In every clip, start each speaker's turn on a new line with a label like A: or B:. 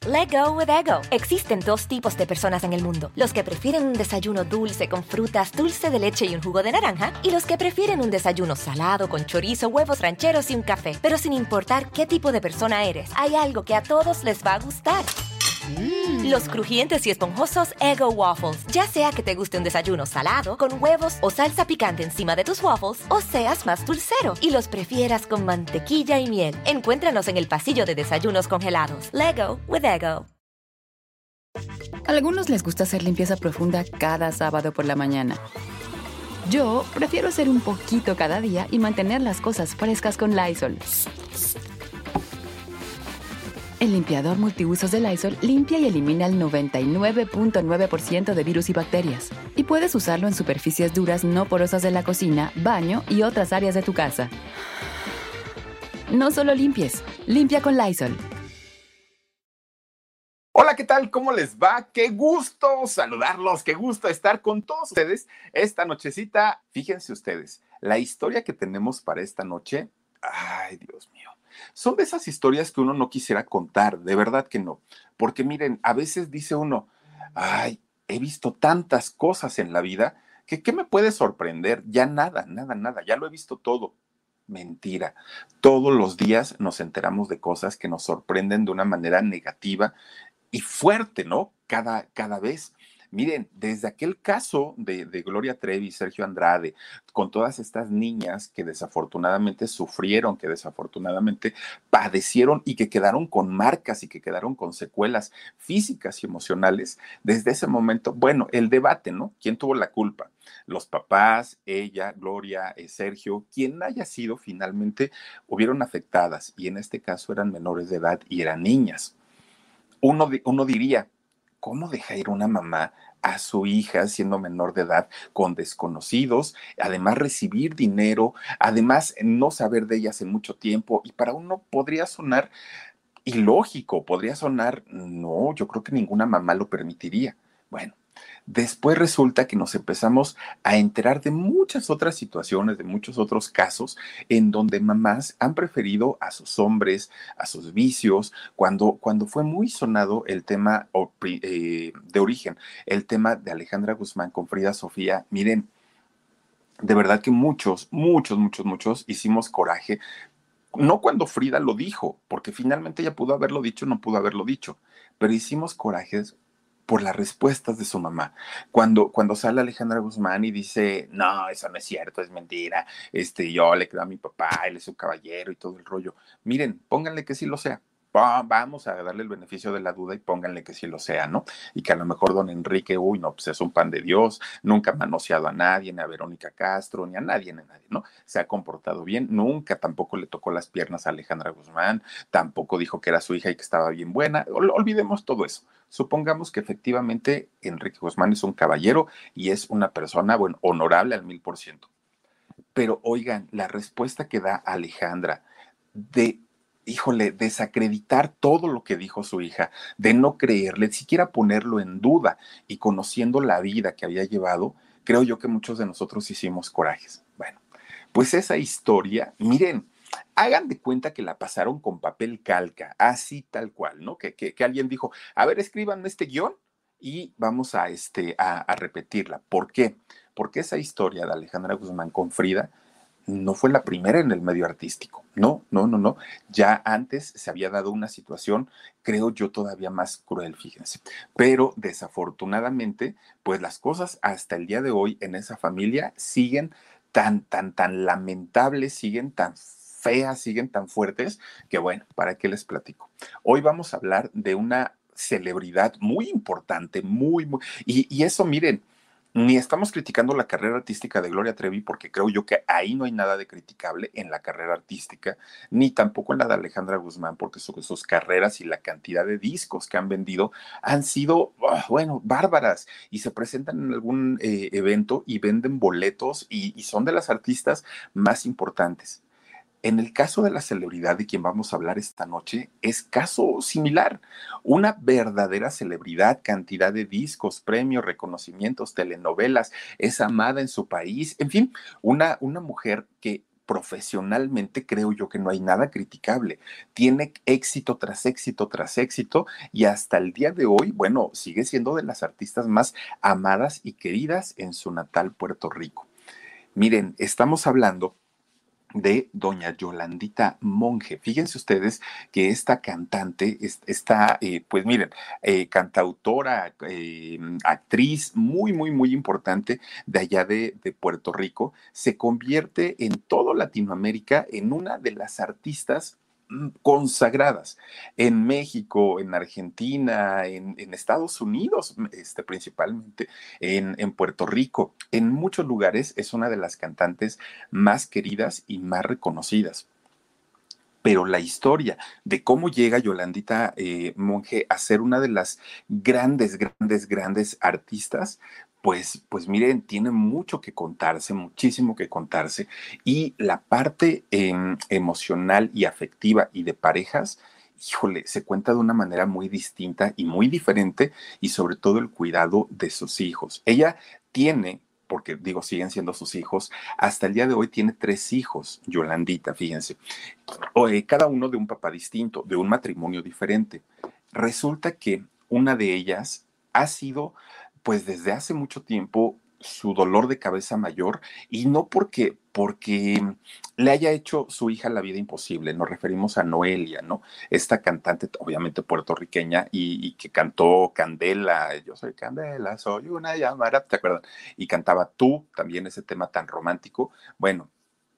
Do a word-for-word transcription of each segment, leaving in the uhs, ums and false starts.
A: Let go with Ego. Existen dos tipos de personas en el mundo. Los que prefieren un desayuno dulce con frutas, dulce de leche y un jugo de naranja. Y los que prefieren un desayuno salado con chorizo, huevos rancheros y un café. Pero sin importar qué tipo de persona eres, hay algo que a todos les va a gustar. Mm. Los crujientes y esponjosos Eggo Waffles. Ya sea que te guste un desayuno salado, con huevos o salsa picante encima de tus waffles, o seas más dulcero y los prefieras con mantequilla y miel. Encuéntranos en el pasillo de desayunos congelados. Lego with Eggo.
B: A algunos les gusta hacer limpieza profunda cada sábado por la mañana. Yo prefiero hacer un poquito cada día y mantener las cosas frescas con Lysol. El limpiador multiusos de Lysol limpia y elimina el noventa y nueve punto nueve por ciento de virus y bacterias. Y puedes usarlo en superficies duras no porosas de la cocina, baño y otras áreas de tu casa. No solo limpies, limpia con Lysol.
C: Hola, ¿qué tal? ¿Cómo les va? Qué gusto saludarlos, qué gusto estar con todos ustedes esta nochecita. Fíjense ustedes, la historia que tenemos para esta noche, ay, Dios mío. Son de esas historias que uno no quisiera contar, de verdad que no. Porque miren, a veces dice uno, ay, he visto tantas cosas en la vida que ¿qué me puede sorprender? Ya nada, nada, nada, ya lo he visto todo. Mentira. Todos los días nos enteramos de cosas que nos sorprenden de una manera negativa y fuerte, ¿no? Cada, cada vez. Miren, desde aquel caso de, de Gloria Trevi, Sergio Andrade, con todas estas niñas que desafortunadamente sufrieron, que desafortunadamente padecieron y que quedaron con marcas y que quedaron con secuelas físicas y emocionales, desde ese momento, bueno, el debate, ¿no? ¿Quién tuvo la culpa? Los papás, ella, Gloria, eh, Sergio, quien haya sido finalmente, hubieron afectadas y en este caso eran menores de edad y eran niñas. Uno, uno diría, ¿cómo deja ir una mamá a su hija siendo menor de edad con desconocidos? Además recibir dinero, además no saber de ellas en mucho tiempo y para uno podría sonar ilógico, podría sonar, no, yo creo que ninguna mamá lo permitiría. Bueno, después resulta que nos empezamos a enterar de muchas otras situaciones, de muchos otros casos en donde mamás han preferido a sus hombres, a sus vicios, cuando, cuando fue muy sonado el tema eh, de origen, el tema de Alejandra Guzmán con Frida Sofía. Miren, de verdad que muchos, muchos, muchos, muchos hicimos coraje. No cuando Frida lo dijo, porque finalmente ella pudo haberlo dicho, no pudo haberlo dicho, pero hicimos corajes por las respuestas de su mamá. Cuando, cuando sale Alejandra Guzmán y dice, no, eso no es cierto, es mentira, este, yo le creo a mi papá, él es un caballero y todo el rollo. Miren, pónganle que sí lo sea. Va- Vamos a darle el beneficio de la duda y pónganle que sí lo sea, ¿no? Y que a lo mejor don Enrique, uy, no, pues es un pan de Dios, nunca ha manoseado a nadie, ni a Verónica Castro, ni a nadie, ni a nadie, ¿no? Se ha comportado bien, nunca tampoco le tocó las piernas a Alejandra Guzmán, tampoco dijo que era su hija y que estaba bien buena. Ol- olvidemos todo eso. Supongamos que efectivamente Enrique Guzmán es un caballero y es una persona, bueno, honorable al mil por ciento. Pero oigan, la respuesta que da Alejandra de, híjole, desacreditar todo lo que dijo su hija, de no creerle, siquiera ponerlo en duda y conociendo la vida que había llevado, creo yo que muchos de nosotros hicimos corajes. Bueno, pues esa historia, miren, hagan de cuenta que la pasaron con papel calca, así tal cual, ¿no? Que, que, que alguien dijo, a ver, escriban este guión y vamos a, este, a, a repetirla. ¿Por qué? Porque esa historia de Alejandra Guzmán con Frida no fue la primera en el medio artístico. No, no, no, no. Ya antes se había dado una situación, creo yo, todavía más cruel, fíjense. Pero desafortunadamente, pues las cosas hasta el día de hoy en esa familia siguen tan, tan, tan lamentables, siguen tan feas, siguen tan fuertes, que bueno, ¿para qué les platico? Hoy vamos a hablar de una celebridad muy importante, muy, muy, y, y eso, miren, ni estamos criticando la carrera artística de Gloria Trevi, porque creo yo que ahí no hay nada de criticable en la carrera artística, ni tampoco en la de Alejandra Guzmán, porque su- sus carreras y la cantidad de discos que han vendido han sido, ah, bueno, bárbaras, y se presentan en algún eh, evento y venden boletos y, y son de las artistas más importantes. En el caso de la celebridad de quien vamos a hablar esta noche, es caso similar. Una verdadera celebridad, cantidad de discos, premios, reconocimientos, telenovelas, es amada en su país, en fin, una, una mujer que profesionalmente creo yo que no hay nada criticable. Tiene éxito tras éxito tras éxito y hasta el día de hoy, bueno, sigue siendo de las artistas más amadas y queridas en su natal Puerto Rico. Miren, estamos hablando de doña Yolandita Monge. Fíjense ustedes que esta cantante, esta, eh, pues miren, eh, cantautora, eh, actriz muy, muy, muy importante de allá de, de Puerto Rico, se convierte en todo Latinoamérica en una de las artistas mm, consagradas en México, en Argentina, en, en Estados Unidos, este, principalmente, en, en Puerto Rico, en muchos lugares es una de las cantantes más queridas y más reconocidas. Pero la historia de cómo llega Yolandita eh, Monge a ser una de las grandes, grandes, grandes artistas, pues, pues miren, tiene mucho que contarse, muchísimo que contarse. Y la parte eh, emocional y afectiva y de parejas, híjole, se cuenta de una manera muy distinta y muy diferente, y sobre todo el cuidado de sus hijos. Ella tiene, porque digo, siguen siendo sus hijos, hasta el día de hoy tiene tres hijos, Yolandita, fíjense, o, eh, cada uno de un papá distinto, de un matrimonio diferente. Resulta que una de ellas ha sido, pues desde hace mucho tiempo, su dolor de cabeza mayor, y no porque, porque le haya hecho su hija la vida imposible. Nos referimos a Noelia, ¿no? Esta cantante, obviamente puertorriqueña, y, y que cantó Candela, yo soy Candela, soy una llamada, ¿te acuerdan? Y cantaba Tú, también ese tema tan romántico. Bueno,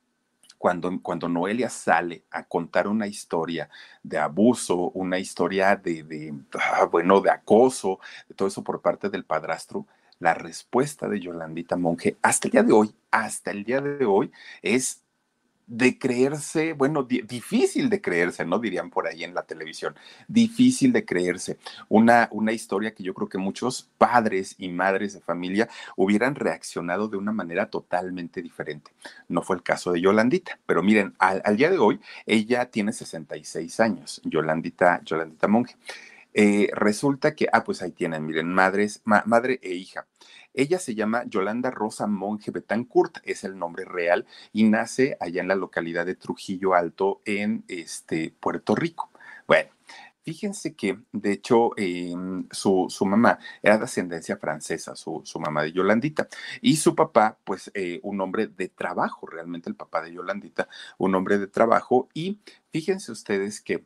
C: cuando, cuando Noelia sale a contar una historia de abuso, una historia de, de ah, bueno, de acoso, de todo eso por parte del padrastro, la respuesta de Yolandita Monge hasta el día de hoy, hasta el día de hoy, es de creerse, bueno, di- difícil de creerse, ¿no? Dirían por ahí en la televisión, difícil de creerse. Una, una historia que yo creo que muchos padres y madres de familia hubieran reaccionado de una manera totalmente diferente. No fue el caso de Yolandita, pero miren, al, al día de hoy, ella tiene sesenta y seis años, Yolandita, Yolandita Monge. Eh, resulta que, ah, pues ahí tienen, miren, madres, ma- madre e hija. Ella se llama Yolanda Rosa Monge Betancourt, es el nombre real, y nace allá en la localidad de Trujillo Alto, en este, Puerto Rico. Bueno, fíjense que, de hecho, eh, su, su mamá era de ascendencia francesa, su, su mamá de Yolandita, y su papá, pues, eh, un hombre de trabajo, realmente el papá de Yolandita, un hombre de trabajo, y fíjense ustedes que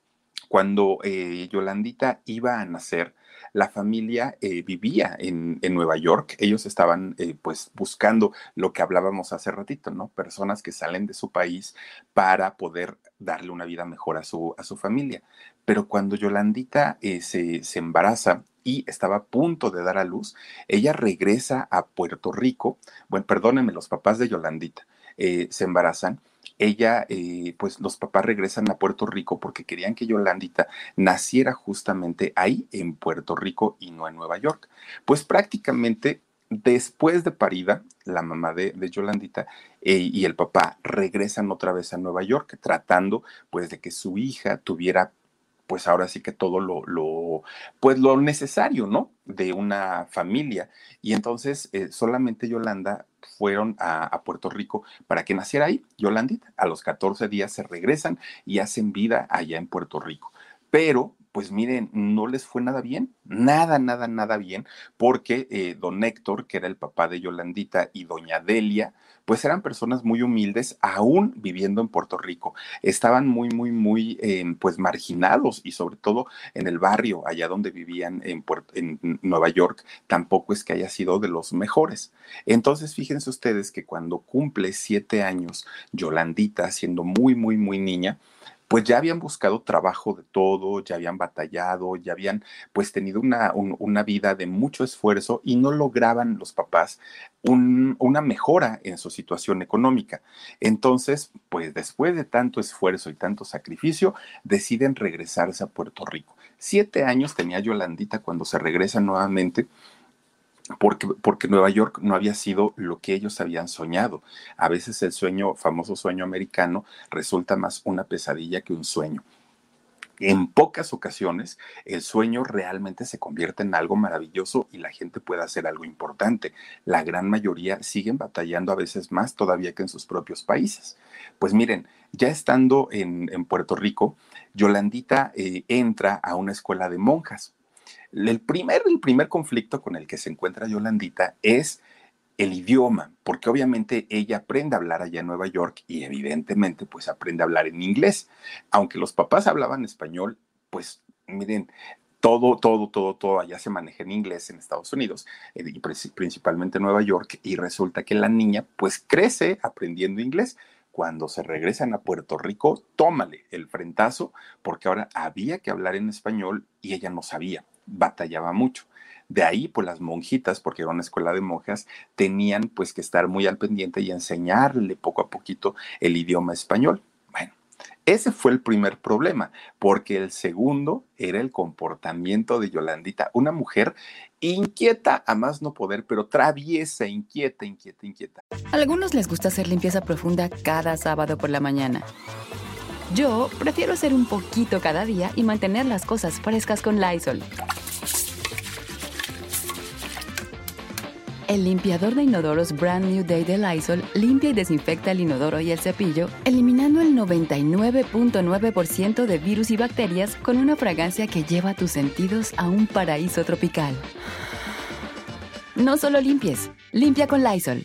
C: cuando eh, Yolandita iba a nacer, la familia eh, vivía en, en Nueva York. Ellos estaban eh, pues buscando lo que hablábamos hace ratito, ¿no? Personas que salen de su país para poder darle una vida mejor a su, a su familia. Pero cuando Yolandita eh, se, se embaraza y estaba a punto de dar a luz, ella regresa a Puerto Rico. Bueno, perdónenme, los papás de Yolandita eh, se embarazan. Ella, eh, pues los papás regresan a Puerto Rico porque querían que Yolandita naciera justamente ahí en Puerto Rico y no en Nueva York. Pues prácticamente después de parida, la mamá de, de Yolandita eh, y el papá regresan otra vez a Nueva York, tratando pues de que su hija tuviera pues ahora sí que todo lo, lo, pues lo necesario, ¿no? De una familia. Y entonces eh, solamente Yolanda fueron a, a Puerto Rico para que naciera ahí, Yolandita. A los catorce días se regresan y hacen vida allá en Puerto Rico. Pero, pues miren, no les fue nada bien, nada, nada, nada bien, porque eh, don Héctor, que era el papá de Yolandita, y doña Delia, pues eran personas muy humildes, aún viviendo en Puerto Rico. Estaban muy, muy, muy, eh, pues marginados, y sobre todo en el barrio, allá donde vivían en, Puerto, en Nueva York, tampoco es que haya sido de los mejores. Entonces, fíjense ustedes que cuando cumple siete años, Yolandita, siendo muy, muy, muy niña, pues ya habían buscado trabajo de todo, ya habían batallado, ya habían pues tenido una, un- una vida de mucho esfuerzo, y no lograban los papás un- una mejora en su situación económica. Entonces, pues después de tanto esfuerzo y tanto sacrificio, deciden regresarse a Puerto Rico. Siete años tenía Yolandita cuando se regresa nuevamente, porque, porque Nueva York no había sido lo que ellos habían soñado. A veces el sueño, famoso sueño americano, resulta más una pesadilla que un sueño. En pocas ocasiones el sueño realmente se convierte en algo maravilloso y la gente puede hacer algo importante. La gran mayoría siguen batallando a veces más todavía que en sus propios países. Pues miren, ya estando en, en Puerto Rico, Yolandita eh, entra a una escuela de monjas. El primer, el primer conflicto con el que se encuentra Yolandita es el idioma, porque obviamente ella aprende a hablar allá en Nueva York y evidentemente pues aprende a hablar en inglés. Aunque los papás hablaban español, pues miren, todo, todo, todo, todo allá se maneja en inglés en Estados Unidos eh, y principalmente en Nueva York, y resulta que la niña pues crece aprendiendo inglés. Cuando se regresan a Puerto Rico, tómale el frentazo, porque ahora había que hablar en español y ella no sabía, batallaba mucho. De ahí, pues las monjitas, porque era una escuela de monjas, tenían pues que estar muy al pendiente y enseñarle poco a poquito el idioma español. Bueno, ese fue el primer problema, porque el segundo era el comportamiento de Yolandita, una mujer inquieta a más no poder, pero traviesa, inquieta, inquieta, inquieta.
B: A algunos les gusta hacer limpieza profunda cada sábado por la mañana. Yo prefiero hacer un poquito cada día y mantener las cosas frescas con Lysol. El limpiador de inodoros Brand New Day de Lysol limpia y desinfecta el inodoro y el cepillo, eliminando el noventa y nueve punto nueve por ciento de virus y bacterias con una fragancia que lleva tus sentidos a un paraíso tropical. No solo limpies, limpia con Lysol.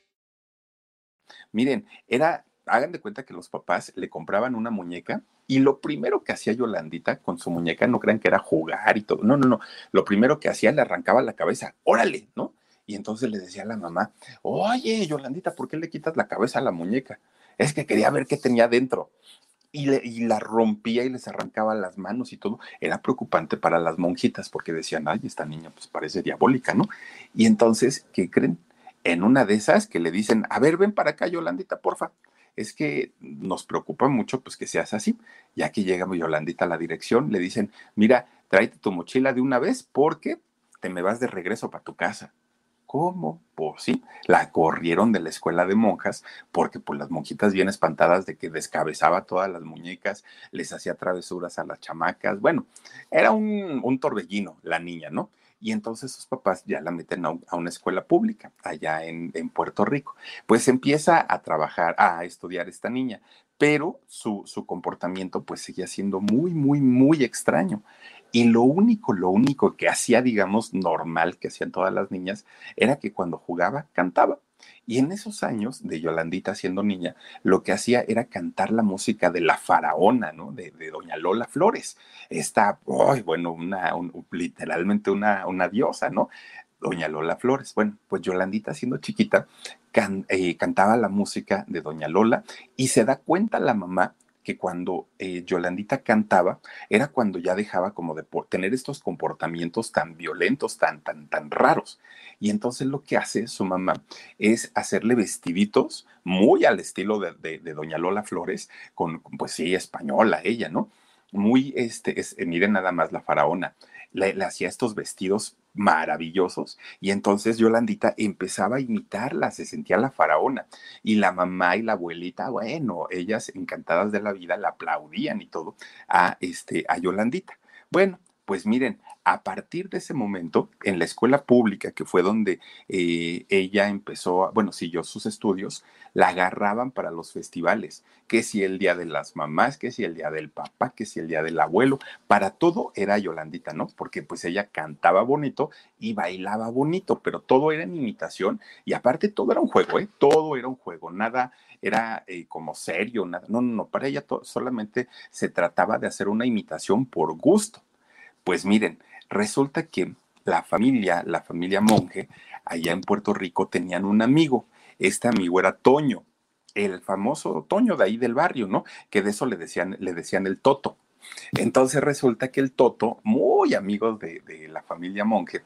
C: Miren, era, hagan de cuenta que los papás le compraban una muñeca y lo primero que hacía Yolandita con su muñeca, no crean que era jugar y todo, no, no, no, lo primero que hacía le arrancaba la cabeza, órale, ¿no? Y entonces le decía a la mamá, oye, Yolandita, ¿por qué le quitas la cabeza a la muñeca? Es que quería ver qué tenía dentro. Y, le, y la rompía y les arrancaba las manos y todo. Era preocupante para las monjitas porque decían, ay, esta niña pues parece diabólica, ¿no? Y entonces, ¿qué creen? En una de esas que le dicen, a ver, ven para acá, Yolandita, porfa. Es que nos preocupa mucho pues que seas así. Ya que llega Yolandita a la dirección, le dicen, mira, tráete tu mochila de una vez porque te me vas de regreso para tu casa. ¿Cómo? Pues sí, la corrieron de la escuela de monjas porque pues las monjitas bien espantadas de que descabezaba todas las muñecas, les hacía travesuras a las chamacas. Bueno, era un, un torbellino la niña, ¿no? Y entonces sus papás ya la meten a, un, a una escuela pública allá en, en Puerto Rico. Pues empieza a trabajar, a estudiar esta niña, pero su, su comportamiento pues seguía siendo muy, muy, muy extraño. Y lo único, lo único que hacía, digamos, normal que hacían todas las niñas, era que cuando jugaba, cantaba. Y en esos años de Yolandita siendo niña, lo que hacía era cantar la música de La Faraona, ¿no? De, de Doña Lola Flores. Esta, oh, bueno, una, un, literalmente una, una diosa, ¿no? Doña Lola Flores. Bueno, pues Yolandita siendo chiquita, can, eh, cantaba la música de Doña Lola y se da cuenta la mamá que cuando eh, Yolandita cantaba era cuando ya dejaba como de tener estos comportamientos tan violentos, tan, tan, tan raros. Y entonces lo que hace su mamá es hacerle vestiditos muy al estilo de, de, de Doña Lola Flores, con, pues sí, española ella, ¿no? Muy, este, es, eh, miren nada más la faraona, le, le hacía estos vestidos maravillosos y entonces Yolandita empezaba a imitarla, se sentía la faraona y la mamá y la abuelita, bueno, ellas encantadas de la vida la aplaudían y todo a, este, a Yolandita. Bueno, pues miren, a partir de ese momento, en la escuela pública, que fue donde eh, ella empezó, a, bueno, siguió sus estudios, la agarraban para los festivales, que si el día de las mamás, que si el día del papá, que si el día del abuelo, para todo era Yolandita, ¿no? Porque pues ella cantaba bonito y bailaba bonito, pero todo era en imitación y aparte todo era un juego, ¿eh? Todo era un juego, nada era eh, como serio, nada, no, no, no, para ella to- solamente se trataba de hacer una imitación por gusto. Pues miren, resulta que la familia, la familia Monge, allá en Puerto Rico tenían un amigo. Este amigo era Toño, el famoso Toño de ahí del barrio, ¿no? Que de eso le decían, le decían el Toto. Entonces resulta que el Toto, muy amigo de, de la familia Monge,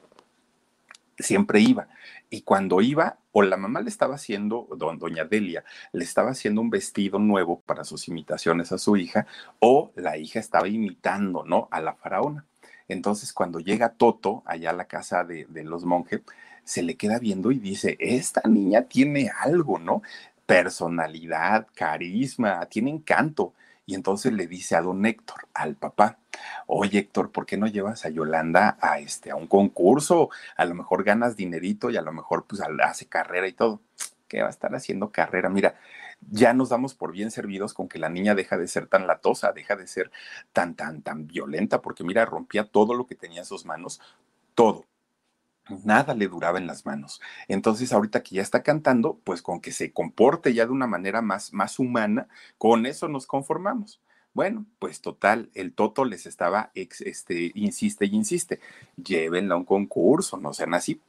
C: siempre iba. Y cuando iba, o la mamá le estaba haciendo, don, doña Delia, le estaba haciendo un vestido nuevo para sus imitaciones a su hija, o la hija estaba imitando, ¿no? A la faraona. Entonces, cuando llega Toto allá a la casa de, de los monjes, se le queda viendo y dice, esta niña tiene algo, ¿no? Personalidad, carisma, tiene encanto. Y entonces le dice a don Héctor, al papá, oye Héctor, ¿por qué no llevas a Yolanda a, este, a un concurso? A lo mejor ganas dinerito y a lo mejor pues hace carrera y todo. ¿Qué va a estar haciendo carrera? Mira, ya nos damos por bien servidos con que la niña deja de ser tan latosa, deja de ser tan, tan, tan violenta, porque mira, rompía todo lo que tenía en sus manos, todo. Nada le duraba en las manos. Entonces, ahorita que ya está cantando, pues con que se comporte ya de una manera más, más humana, con eso nos conformamos. Bueno, pues total, el Toto les estaba, ex, este, insiste y insiste, llévenla a un concurso, no sean así.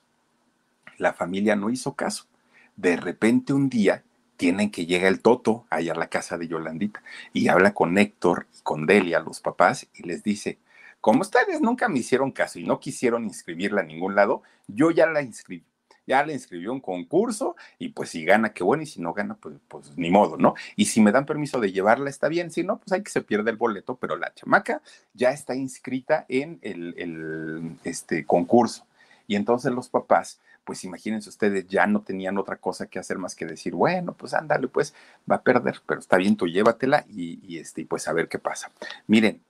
C: La familia no hizo caso. De repente un día tienen que llega el Toto allá a la casa de Yolandita y habla con Héctor y con Delia, los papás, y les dice, como ustedes nunca me hicieron caso y no quisieron inscribirla a ningún lado, yo ya la inscribí. Ya la inscribió a un concurso y pues si gana, qué bueno, y si no gana, pues, pues ni modo, ¿no? Y si me dan permiso de llevarla, está bien, si no, pues hay que se pierde el boleto, pero la chamaca ya está inscrita en el, el este, concurso. Y entonces los papás, pues imagínense ustedes, ya no tenían otra cosa que hacer más que decir, bueno, pues ándale, pues va a perder, pero está bien, tú llévatela y, y este, pues a ver qué pasa. Miren,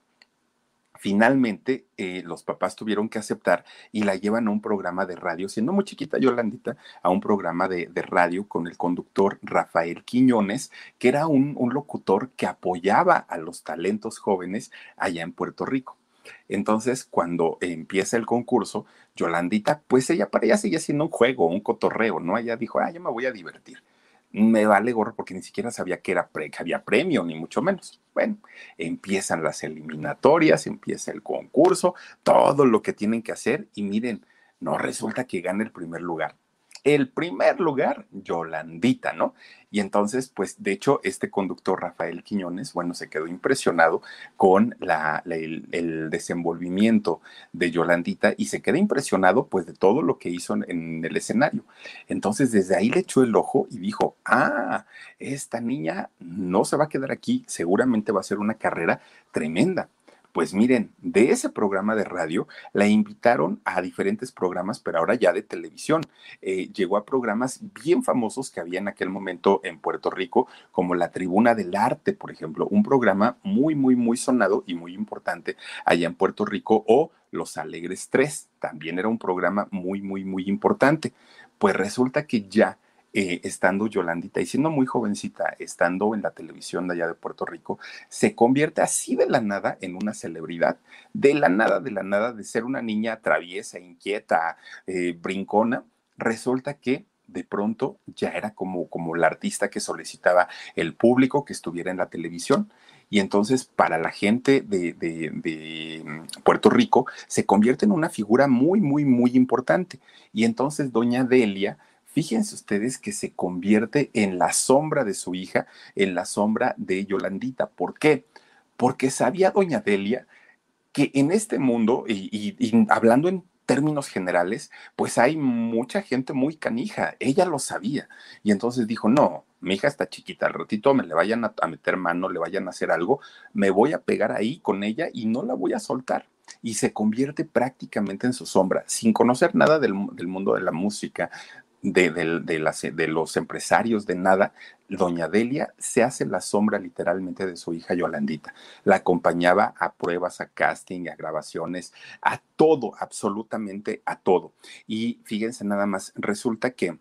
C: finalmente, eh, los papás tuvieron que aceptar y la llevan a un programa de radio, siendo muy chiquita Yolandita, a un programa de, de radio con el conductor Rafael Quiñones, que era un, un locutor que apoyaba a los talentos jóvenes allá en Puerto Rico. Entonces, cuando empieza el concurso, Yolandita, pues ella para ella sigue siendo un juego, un cotorreo, ¿no? Ella dijo, ah, yo me voy a divertir. Me vale gorro porque ni siquiera sabía que, era pre, que había premio, ni mucho menos. Bueno, empiezan las eliminatorias, empieza el concurso, todo lo que tienen que hacer y miren, no resulta que gane el primer lugar. El primer lugar, Yolandita, ¿no? Y entonces, pues, de hecho, este conductor, Rafael Quiñones, bueno, se quedó impresionado con la, la, el, el desenvolvimiento de Yolandita y se quedó impresionado, pues, de todo lo que hizo en, en el escenario. Entonces, desde ahí le echó el ojo y dijo, ah, esta niña no se va a quedar aquí, seguramente va a ser una carrera tremenda. Pues miren, de ese programa de radio la invitaron a diferentes programas, pero ahora ya de televisión. Eh, llegó a programas bien famosos que había en aquel momento en Puerto Rico, como La Tribuna del Arte, por ejemplo, un programa muy, muy, muy sonado y muy importante allá en Puerto Rico, o Los Alegres Tres, también era un programa muy, muy, muy importante. Pues resulta que ya eh, estando Yolandita y siendo muy jovencita, estando en la televisión de allá de Puerto Rico, se convierte así de la nada en una celebridad, de la nada, de la nada, de ser una niña traviesa, inquieta, eh, brincona, resulta que de pronto ya era como, como la artista que solicitaba el público que estuviera en la televisión. Y entonces para la gente de, de, de Puerto Rico se convierte en una figura muy, muy, muy importante. Y entonces doña Delia, fíjense ustedes que se convierte en la sombra de su hija, en la sombra de Yolandita. ¿Por qué? Porque sabía doña Delia que en este mundo, y, y, y hablando en términos generales, pues hay mucha gente muy canija. Ella lo sabía. Y entonces dijo, no, mi hija está chiquita, al ratito me le vayan a, a meter mano, le vayan a hacer algo, me voy a pegar ahí con ella y no la voy a soltar. Y se convierte prácticamente en su sombra, sin conocer nada del, del mundo de la música, de, de, de, las, de los empresarios, de nada. Doña Delia se hace la sombra literalmente de su hija Yolandita. La acompañaba a pruebas, a casting, a grabaciones, a todo, absolutamente a todo. Y fíjense nada más, resulta que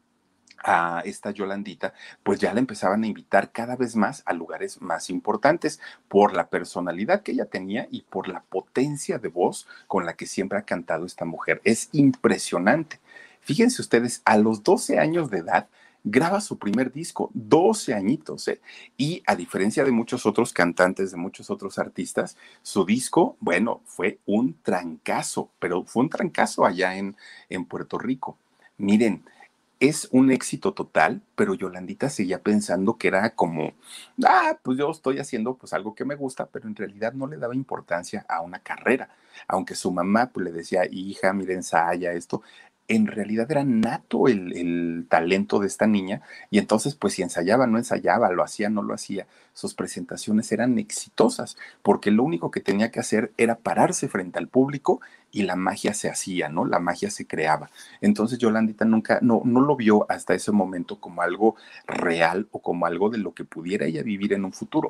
C: a esta Yolandita, pues ya la empezaban a invitar cada vez más a lugares más importantes por la personalidad que ella tenía y por la potencia de voz con la que siempre ha cantado esta mujer. Es impresionante. Fíjense ustedes, a los doce años de edad, graba su primer disco, doce añitos, ¿eh? Y a diferencia de muchos otros cantantes, de muchos otros artistas, su disco, bueno, fue un trancazo, pero fue un trancazo allá en, en Puerto Rico. Miren, es un éxito total, pero Yolandita seguía pensando que era como, ah, pues yo estoy haciendo pues algo que me gusta, pero en realidad no le daba importancia a una carrera, aunque su mamá pues le decía, hija, mira, ensaya esto. En realidad era nato el, el talento de esta niña y entonces pues si ensayaba, no ensayaba, lo hacía, no lo hacía, sus presentaciones eran exitosas porque lo único que tenía que hacer era pararse frente al público y la magia se hacía, ¿no? La magia se creaba. Entonces Yolandita nunca, no, no lo vio hasta ese momento como algo real o como algo de lo que pudiera ella vivir en un futuro.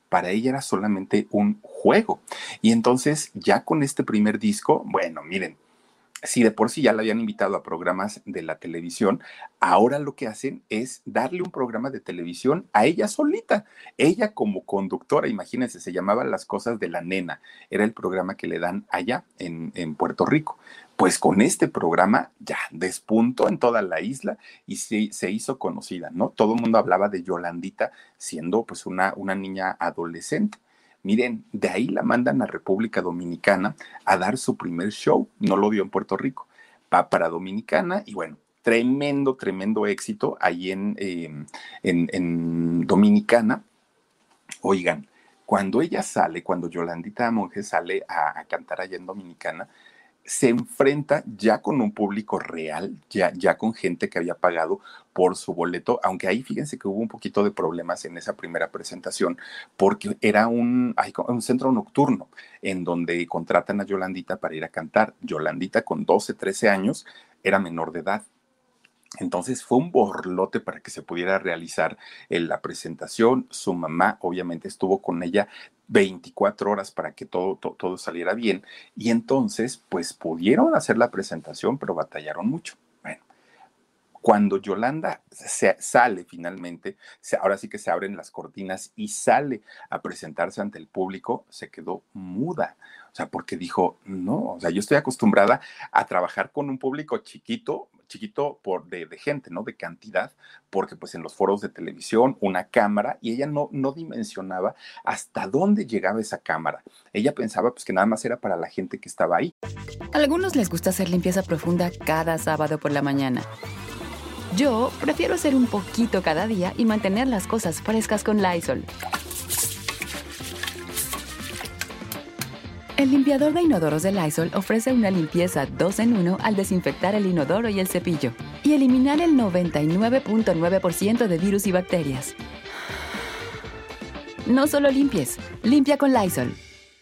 C: para ella era solamente un juego. Y entonces ya con este primer disco, bueno, miren, si de por sí ya la habían invitado a programas de la televisión, ahora lo que hacen es darle un programa de televisión a ella solita. Ella como conductora, imagínense, se llamaba Las Cosas de la Nena. Era el programa que le dan allá en, en Puerto Rico. Pues con este programa ya despuntó en toda la isla y se, se hizo conocida, ¿no? Todo el mundo hablaba de Yolandita siendo pues una, una niña adolescente. Miren, de ahí la mandan a República Dominicana a dar su primer show, no lo dio en Puerto Rico, va para Dominicana y bueno, tremendo, tremendo éxito ahí en, eh, en, en Dominicana. Oigan, cuando ella sale, cuando Yolandita Monge sale a, a cantar allá en Dominicana, se enfrenta ya con un público real, ya, ya con gente que había pagado por su boleto, aunque ahí fíjense que hubo un poquito de problemas en esa primera presentación, porque era un, ay, un centro nocturno en donde contratan a Yolandita para ir a cantar. Yolandita con doce, trece años era menor de edad. Entonces fue un borlote para que se pudiera realizar en la presentación. Su mamá obviamente estuvo con ella veinticuatro horas para que todo, todo, todo saliera bien. Y entonces, pues pudieron hacer la presentación, pero batallaron mucho. Bueno, cuando Yolanda se sale finalmente, se, ahora sí que se abren las cortinas y sale a presentarse ante el público, se quedó muda. O sea, porque dijo, no, o sea, yo estoy acostumbrada a trabajar con un público chiquito, chiquito por de, de gente, ¿no? De cantidad, porque pues en los foros de televisión, una cámara, y ella no, no dimensionaba hasta dónde llegaba esa cámara. Ella pensaba pues que nada más era para la gente que estaba ahí.
B: A algunos les gusta hacer limpieza profunda cada sábado por la mañana. Yo prefiero hacer un poquito cada día y mantener las cosas frescas con Lysol. El limpiador de inodoros de Lysol ofrece una limpieza dos en uno al desinfectar el inodoro y el cepillo y eliminar el noventa y nueve punto nueve por ciento de virus y bacterias. No solo limpies, limpia con Lysol.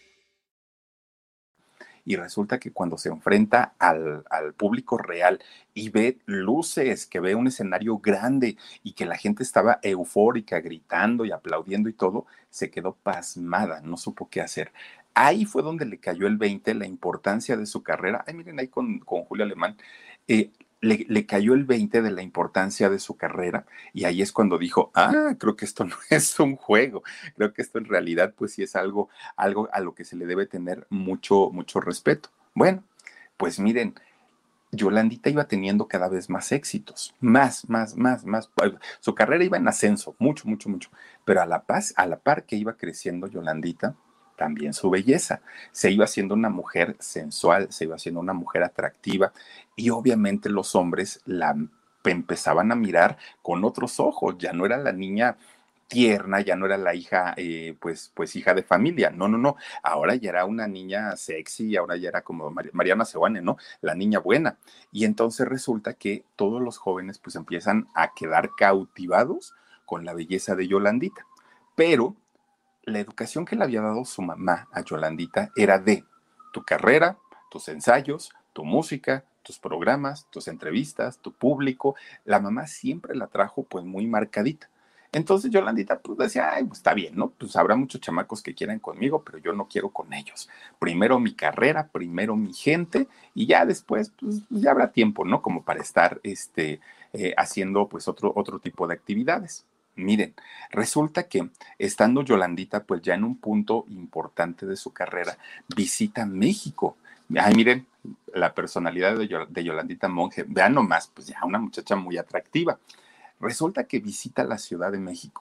C: Y resulta que cuando se enfrenta al, al público real y ve luces, que ve un escenario grande y que la gente estaba eufórica, gritando y aplaudiendo y todo, se quedó pasmada, no supo qué hacer. Ahí fue donde le cayó el veinte, la importancia de su carrera. Ay, miren ahí con, con Julio Alemán. Eh, le, le cayó el veinte de la importancia de su carrera y ahí es cuando dijo, ah, creo que esto no es un juego, creo que esto en realidad pues sí es algo, algo a lo que se le debe tener mucho, mucho respeto. Bueno, pues miren, Yolandita iba teniendo cada vez más éxitos, más, más, más, más. Su carrera iba en ascenso, mucho, mucho, mucho, pero a la paz, a la par que iba creciendo Yolandita, también su belleza. Se iba haciendo una mujer sensual, se iba haciendo una mujer atractiva y obviamente los hombres la empezaban a mirar con otros ojos. Ya no era la niña tierna, ya no era la hija, eh, pues, pues hija de familia. No, no, no. Ahora ya era una niña sexy, ahora ya era como Mar Mariana Seoane, ¿no? La niña buena. Y entonces resulta que todos los jóvenes pues empiezan a quedar cautivados con la belleza de Yolandita. Pero la educación que le había dado su mamá a Yolandita era de tu carrera, tus ensayos, tu música, tus programas, tus entrevistas, tu público. La mamá siempre la trajo pues muy marcadita. Entonces Yolandita pues decía, ay, pues está bien, ¿no? Pues habrá muchos chamacos que quieran conmigo, pero yo no quiero con ellos. Primero mi carrera, primero mi gente y ya después pues ya habrá tiempo, ¿no? Como para estar este, eh, haciendo pues otro, otro tipo de actividades. Miren, resulta que estando Yolandita pues ya en un punto importante de su carrera, visita México. Ay, miren, la personalidad de, Yol de Yolandita Monge, vean nomás, pues ya una muchacha muy atractiva. Resulta que visita la Ciudad de México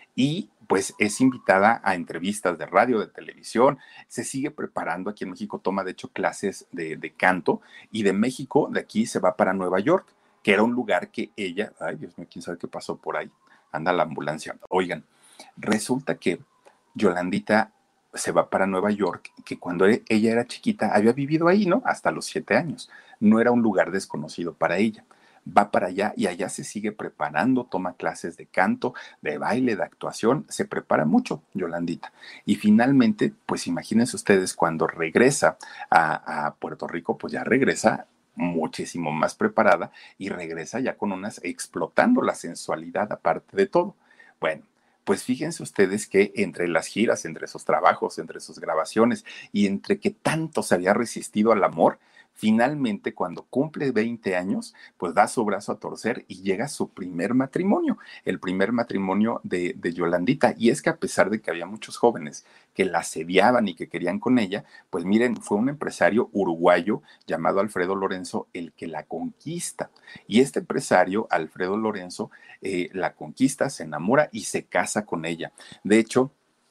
C: y pues es invitada a entrevistas de radio, de televisión, se sigue preparando aquí en México, toma de hecho clases de, de canto y de México, de aquí se va para Nueva York, que era un lugar que ella, ay Dios mío, quién sabe qué pasó por ahí, anda la ambulancia. Oigan, resulta que Yolandita se va para Nueva York, que cuando ella era chiquita había vivido ahí, ¿no? Hasta los siete años. No era un lugar desconocido para ella. Va para allá y allá se sigue preparando, toma clases de canto, de baile, de actuación, se prepara mucho, Yolandita. Y finalmente, pues imagínense ustedes, cuando regresa a, a Puerto Rico, pues ya regresa muchísimo más preparada y regresa ya con unas, explotando la sensualidad aparte de todo. Bueno, Pues fíjense ustedes que entre las giras, entre sus trabajos, entre sus grabaciones y entre que tanto se había resistido al amor, finalmente cuando cumple veinte años, pues da su brazo a torcer y llega a su primer matrimonio, el primer matrimonio de, de Yolandita. Y es que a pesar de que había muchos jóvenes que la asediaban y que querían con ella, pues miren, fue un empresario uruguayo llamado Alfredo Lorenzo el que la conquista. Y este empresario, Alfredo Lorenzo, eh, la conquista, se enamora y se casa con ella. De hecho,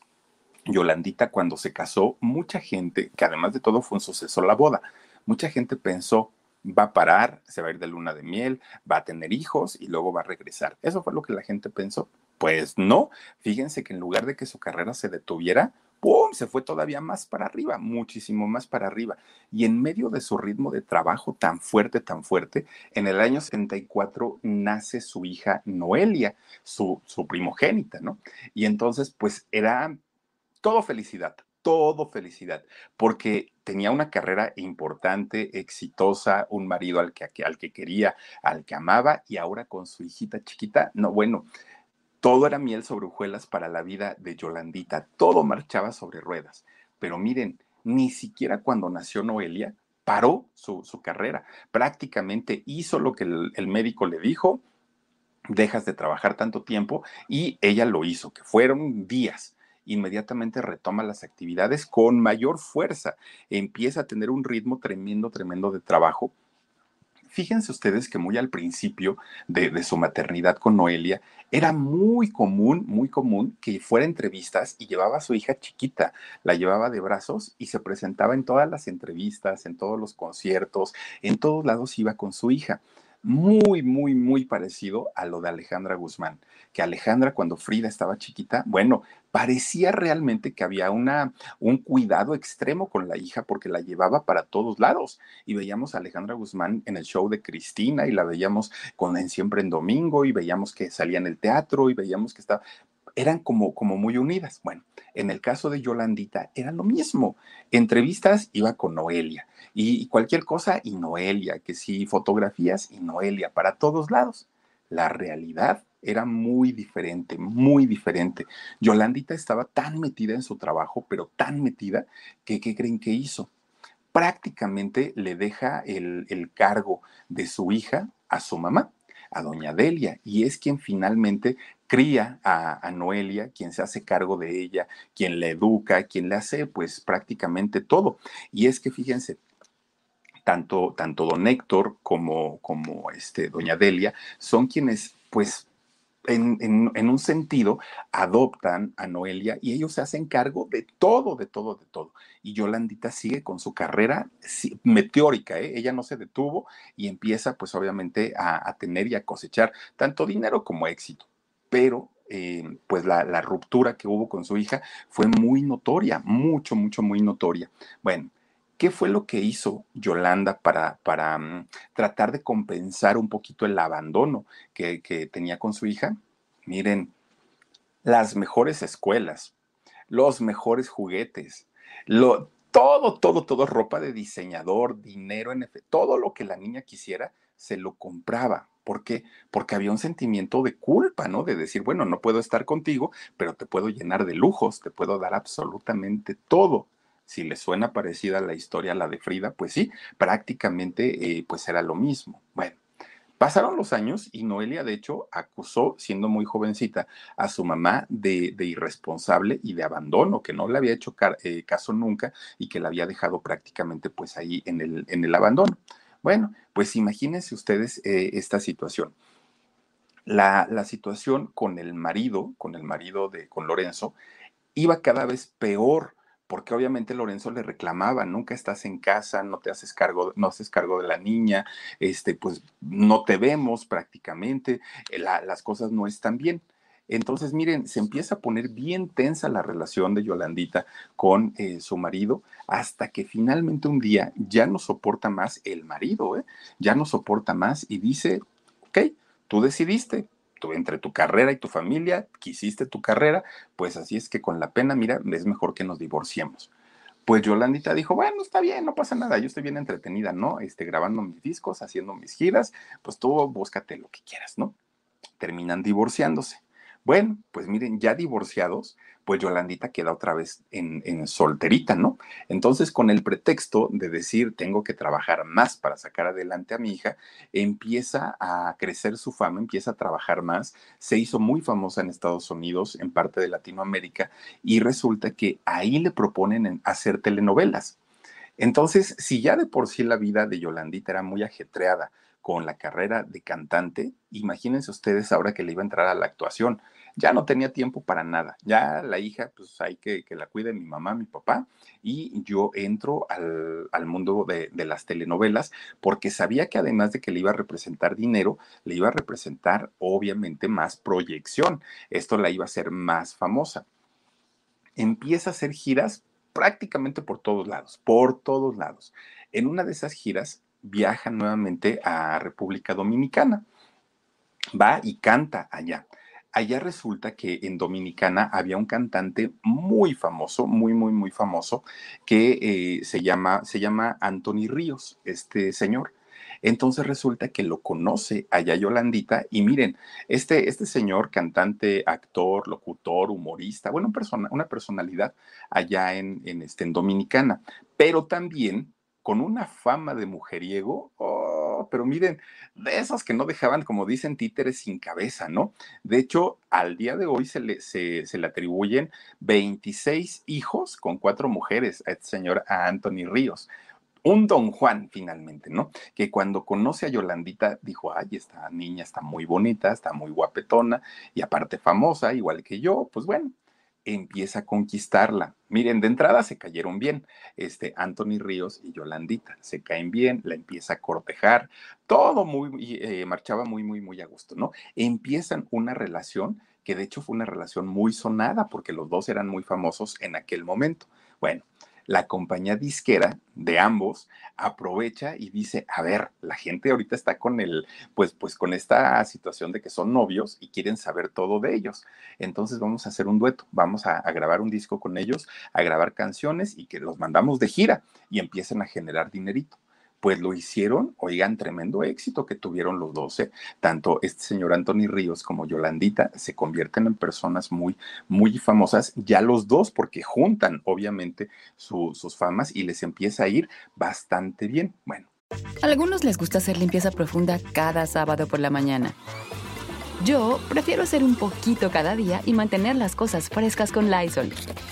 C: Yolandita cuando se casó, mucha gente, que además de todo fue un suceso la boda, mucha gente pensó, va a parar, se va a ir de luna de miel, va a tener hijos y luego va a regresar. Eso fue lo que la gente pensó. Pues no, fíjense que en lugar de que su carrera se detuviera, ¡pum!, se fue todavía más para arriba, muchísimo más para arriba. Y en medio de su ritmo de trabajo tan fuerte, tan fuerte, en el año setenta y cuatro nace su hija Noelia, su, su primogénita, ¿no? Y entonces, pues era todo felicidad, todo felicidad, porque tenía una carrera importante, exitosa, un marido al que, al que quería, al que amaba, y ahora con su hijita chiquita, no, bueno, todo era miel sobre hojuelas para la vida de Yolandita, todo marchaba sobre ruedas. Pero miren, ni siquiera cuando nació Noelia paró su, su carrera, prácticamente hizo lo que el, el médico le dijo, dejas de trabajar tanto tiempo, y ella lo hizo, que fueron días. Inmediatamente retoma las actividades con mayor fuerza, empieza a tener un ritmo tremendo, tremendo de trabajo. Fíjense ustedes que muy al principio de, de su maternidad con Noelia, era muy común, muy común que fuera a entrevistas y llevaba a su hija chiquita, la llevaba de brazos y se presentaba en todas las entrevistas, en todos los conciertos, en todos lados iba con su hija. Muy, muy, muy parecido a lo de Alejandra Guzmán, que Alejandra cuando Frida estaba chiquita, bueno, parecía realmente que había una, un cuidado extremo con la hija porque la llevaba para todos lados y veíamos a Alejandra Guzmán en el show de Cristina y la veíamos con en Siempre en Domingo y veíamos que salía en el teatro y veíamos que estaba, eran como, como muy unidas. Bueno, en el caso de Yolandita era lo mismo. Entrevistas iba con Noelia y, y cualquier cosa y Noelia, que sí, fotografías y Noelia para todos lados. La realidad era muy diferente, muy diferente. Yolandita estaba tan metida en su trabajo, pero tan metida, que ¿qué creen que hizo? Prácticamente le deja el, el cargo de su hija a su mamá, a doña Delia, y es quien finalmente cría a, a Noelia, quien se hace cargo de ella, quien la educa, quien le hace pues prácticamente todo. Y es que fíjense, tanto, tanto don Héctor como, como este, doña Delia son quienes pues en, en, en, un sentido, adoptan a Noelia y ellos se hacen cargo de todo, de todo, de todo. Y Yolandita sigue con su carrera sí, meteórica, ¿eh? Ella no se detuvo y empieza, pues obviamente, a, a tener y a cosechar tanto dinero como éxito. Pero, eh, pues la, la ruptura que hubo con su hija fue muy notoria, mucho, mucho, muy notoria. Bueno. ¿Qué fue lo que hizo Yolanda para, para um, tratar de compensar un poquito el abandono que, que tenía con su hija? Miren, las mejores escuelas, los mejores juguetes, lo, todo, todo, todo, ropa de diseñador, dinero en efecto, todo lo que la niña quisiera, se lo compraba. ¿Por qué? Porque había un sentimiento de culpa, ¿no? De decir, bueno, no puedo estar contigo, pero te puedo llenar de lujos, te puedo dar absolutamente todo. Si le suena parecida la historia a la de Frida, pues sí, prácticamente eh, pues era lo mismo. Bueno, pasaron los años y Noelia, de hecho, acusó, siendo muy jovencita, a su mamá de, de irresponsable y de abandono, que no le había hecho car eh, caso nunca y que la había dejado prácticamente pues ahí en el, en el abandono. Bueno, pues imagínense ustedes eh, esta situación. La, la situación con el marido, con el marido de, con Lorenzo, iba cada vez peor, porque obviamente Lorenzo le reclamaba, nunca estás en casa, no te haces cargo, no haces cargo de la niña, este, pues no te vemos prácticamente, la, las cosas no están bien. Entonces, miren, se empieza a poner bien tensa la relación de Yolandita con eh, su marido, hasta que finalmente un día ya no soporta más el marido, ¿eh? Ya no soporta más y dice, ok, tú decidiste, tú, entre tu carrera y tu familia, quisiste tu carrera, pues así es que con la pena, mira, es mejor que nos divorciemos. Pues Yolandita dijo, bueno, está bien, no pasa nada, yo estoy bien entretenida, ¿no? Este, grabando mis discos, haciendo mis giras, pues tú búscate lo que quieras, ¿no? Terminan divorciándose. Bueno, pues miren, ya divorciados, pues Yolandita queda otra vez en, en solterita, ¿no? Entonces, con el pretexto de decir, tengo que trabajar más para sacar adelante a mi hija, empieza a crecer su fama, empieza a trabajar más, se hizo muy famosa en Estados Unidos, en parte de Latinoamérica, y resulta que ahí le proponen en- hacer telenovelas. Entonces, si ya de por sí la vida de Yolandita era muy ajetreada con la carrera de cantante, imagínense ustedes ahora que le iba a entrar a la actuación. Ya no tenía tiempo para nada. Ya la hija, pues hay que que la cuide mi mamá, mi papá, y yo entro al, al mundo de, de las telenovelas porque sabía que además de que le iba a representar dinero, le iba a representar obviamente más proyección. Esto la iba a hacer más famosa. Empieza a hacer giras prácticamente por todos lados, por todos lados. En una de esas giras viaja nuevamente a República Dominicana, va y canta allá. Allá resulta que en Dominicana había un cantante muy famoso, muy, muy, muy famoso, que eh, se llama, se llama Anthony Ríos, este señor. Entonces resulta que lo conoce allá Yolandita y miren, este, este señor, cantante, actor, locutor, humorista, bueno, persona, una personalidad allá en, en, este, en Dominicana, pero también con una fama de mujeriego, oh, pero miren, de esos que no dejaban, como dicen, títeres sin cabeza, ¿no? De hecho, al día de hoy se le, se, se le atribuyen veintiséis hijos con cuatro mujeres a este señor, a Anthony Ríos. Un don Juan, finalmente, ¿no? Que cuando conoce a Yolandita dijo, ay, esta niña está muy bonita, está muy guapetona y aparte famosa, igual que yo, pues bueno, empieza a conquistarla. Miren, de entrada se cayeron bien, este Anthony Ríos y Yolandita, se caen bien, la empieza a cortejar, todo muy, eh, marchaba muy, muy, muy a gusto, ¿no? Empiezan una relación que de hecho fue una relación muy sonada porque los dos eran muy famosos en aquel momento. Bueno, la compañía disquera de ambos aprovecha y dice, a ver, la gente ahorita está con el, pues, pues con esta situación de que son novios y quieren saber todo de ellos. Entonces vamos a hacer un dueto, vamos a, a grabar un disco con ellos, a grabar canciones y que los mandamos de gira y empiecen a generar dinerito. Pues lo hicieron, oigan, tremendo éxito que tuvieron los dos, ¿eh? Tanto este señor Anthony Ríos como Yolandita se convierten en personas muy, muy famosas, ya los dos, porque juntan obviamente su, sus famas y les empieza a ir bastante bien. Bueno.
B: A algunos les gusta hacer limpieza profunda cada sábado por la mañana. Yo prefiero hacer un poquito cada día y mantener las cosas frescas con Lysol.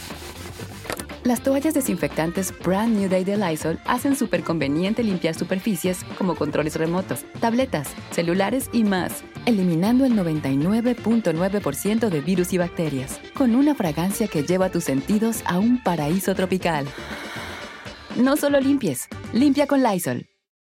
B: Las toallas desinfectantes Brand New Day de Lysol hacen súper conveniente limpiar superficies como controles remotos, tabletas, celulares y más, eliminando el noventa y nueve punto nueve por ciento de virus y bacterias, con una fragancia que lleva tus sentidos a un paraíso tropical. No solo limpies, limpia con Lysol.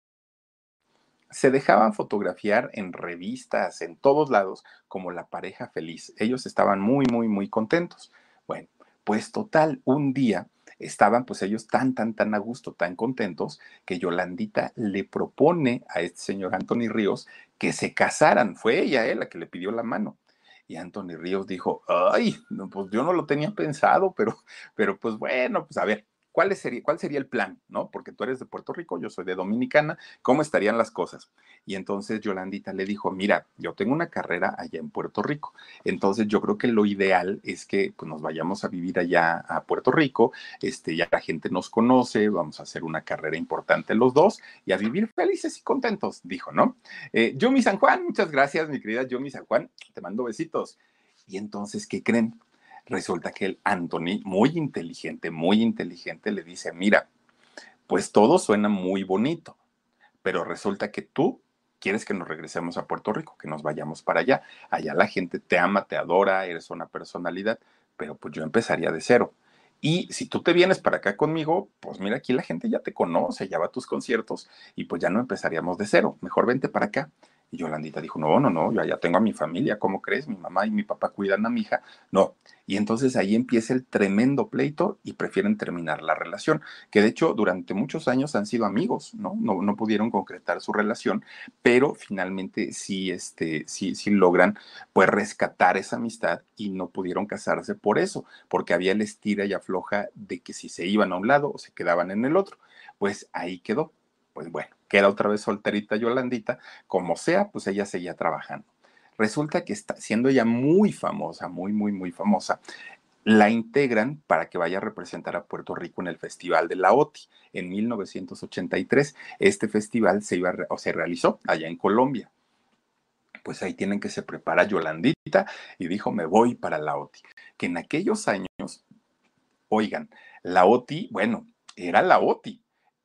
C: Se dejaban fotografiar en revistas, en todos lados, como la pareja feliz. Ellos estaban muy, muy, muy contentos. Bueno, pues total, un día estaban pues ellos tan, tan, tan a gusto, tan contentos, que Yolandita le propone a este señor Anthony Ríos que se casaran. Fue ella, eh, la que le pidió la mano. Y Anthony Ríos dijo, ay, no, pues yo no lo tenía pensado, pero, pero pues bueno, pues a ver, ¿cuál sería, ¿cuál sería el plan? ¿No? Porque tú eres de Puerto Rico, yo soy de Dominicana, ¿cómo estarían las cosas? Y entonces Yolandita le dijo, mira, yo tengo una carrera allá en Puerto Rico, entonces yo creo que lo ideal es que pues, nos vayamos a vivir allá a Puerto Rico, este, ya la gente nos conoce, vamos a hacer una carrera importante los dos y a vivir felices y contentos, dijo, ¿no? Eh, Yumi San Juan, muchas gracias, mi querida Yumi San Juan, te mando besitos. Y entonces, ¿qué creen? Resulta que el Anthony, muy inteligente, muy inteligente, le dice, mira, pues todo suena muy bonito, pero resulta que tú quieres que nos regresemos a Puerto Rico, que nos vayamos para allá. Allá la gente te ama, te adora, eres una personalidad, pero pues yo empezaría de cero. Y si tú te vienes para acá conmigo, pues mira, aquí la gente ya te conoce, ya va a tus conciertos y pues ya no empezaríamos de cero. Mejor vente para acá. Y Yolandita dijo, no, no, no, yo ya tengo a mi familia, ¿cómo crees? Mi mamá y mi papá cuidan a mi hija. No. Y entonces ahí empieza el tremendo pleito y prefieren terminar la relación, que de hecho durante muchos años han sido amigos, ¿no? No, no pudieron concretar su relación, pero finalmente sí, este, sí, sí logran pues rescatar esa amistad y no pudieron casarse por eso, porque había el estira y afloja de que si se iban a un lado o se quedaban en el otro. Pues ahí quedó. Pues bueno, queda otra vez solterita Yolandita, como sea, pues ella seguía trabajando. Resulta que está siendo ella muy famosa, muy, muy, muy famosa, la integran para que vaya a representar a Puerto Rico en el Festival de la O T I en mil novecientos ochenta y tres. Este festival se iba a re- o se realizó allá en Colombia. Pues ahí tienen que se prepara Yolandita y dijo, me voy para la O T I. Que en aquellos años, oigan, la O T I, bueno, era la O T I.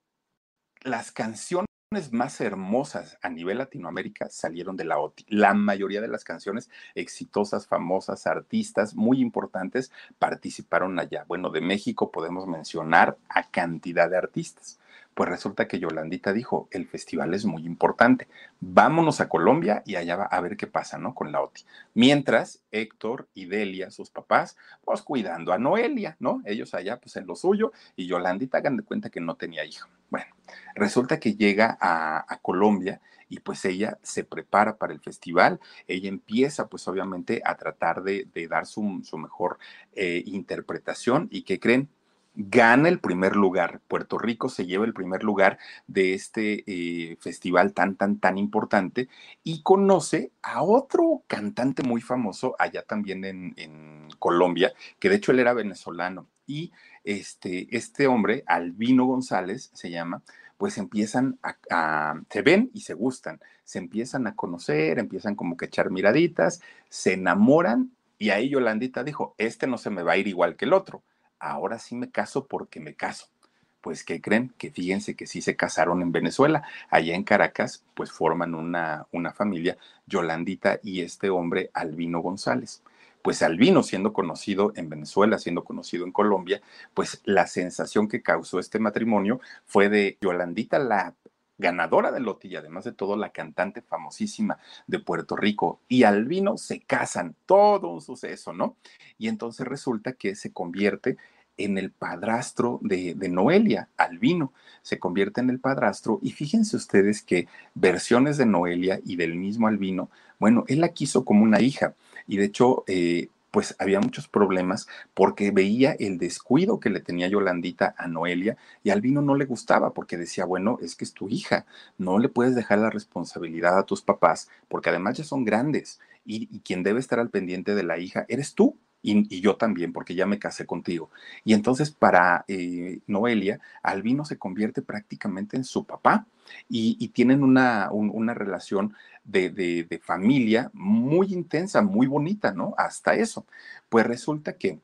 C: Las canciones más hermosas a nivel Latinoamérica salieron de la O T I. La mayoría de las canciones exitosas, famosas, artistas muy importantes participaron allá. Bueno, de México podemos mencionar a cantidad de artistas. Pues resulta que Yolandita dijo, el festival es muy importante, vámonos a Colombia y allá va a ver qué pasa, ¿no? Con la O T I. Mientras, Héctor y Delia, sus papás, pues cuidando a Noelia, ¿no? Ellos allá, pues en lo suyo, y Yolandita, hagan de cuenta que no tenía hijo. Bueno, resulta que llega a, a Colombia y pues ella se prepara para el festival, ella empieza pues obviamente a tratar de, de dar su, su mejor eh, interpretación y ¿qué creen? Gana el primer lugar. Puerto Rico se lleva el primer lugar de este eh, festival tan, tan, tan importante y conoce a otro cantante muy famoso allá también en, en Colombia, que de hecho él era venezolano. Y este, este hombre, Albino González, se llama, pues empiezan a, a, se ven y se gustan, se empiezan a conocer, empiezan como que a echar miraditas, se enamoran y ahí Yolandita dijo, este no se me va a ir igual que el otro, ahora sí me caso porque me caso. Pues, ¿qué creen? Que fíjense que sí se casaron en Venezuela. Allá en Caracas, pues forman una, una familia, Yolandita y este hombre, Albino González. Pues Albino, siendo conocido en Venezuela, siendo conocido en Colombia, pues la sensación que causó este matrimonio fue de Yolandita, la ganadora del Loti y además de todo la cantante famosísima de Puerto Rico y Albino se casan, todo un suceso, ¿no? Y entonces resulta que se convierte en el padrastro de, de Noelia, Albino, se convierte en el padrastro y fíjense ustedes que versiones de Noelia y del mismo Albino, bueno, él la quiso como una hija y de hecho, eh, pues había muchos problemas porque veía el descuido que le tenía Yolandita a Noelia y a Albino no le gustaba porque decía, bueno, es que es tu hija, no le puedes dejar la responsabilidad a tus papás porque además ya son grandes y, y quien debe estar al pendiente de la hija eres tú. Y, y, yo también, porque ya me casé contigo. Y entonces para eh, Noelia, Albino se convierte prácticamente en su papá y, y tienen una, un, una relación de, de, de familia muy intensa, muy bonita, ¿no? Hasta eso. Pues resulta que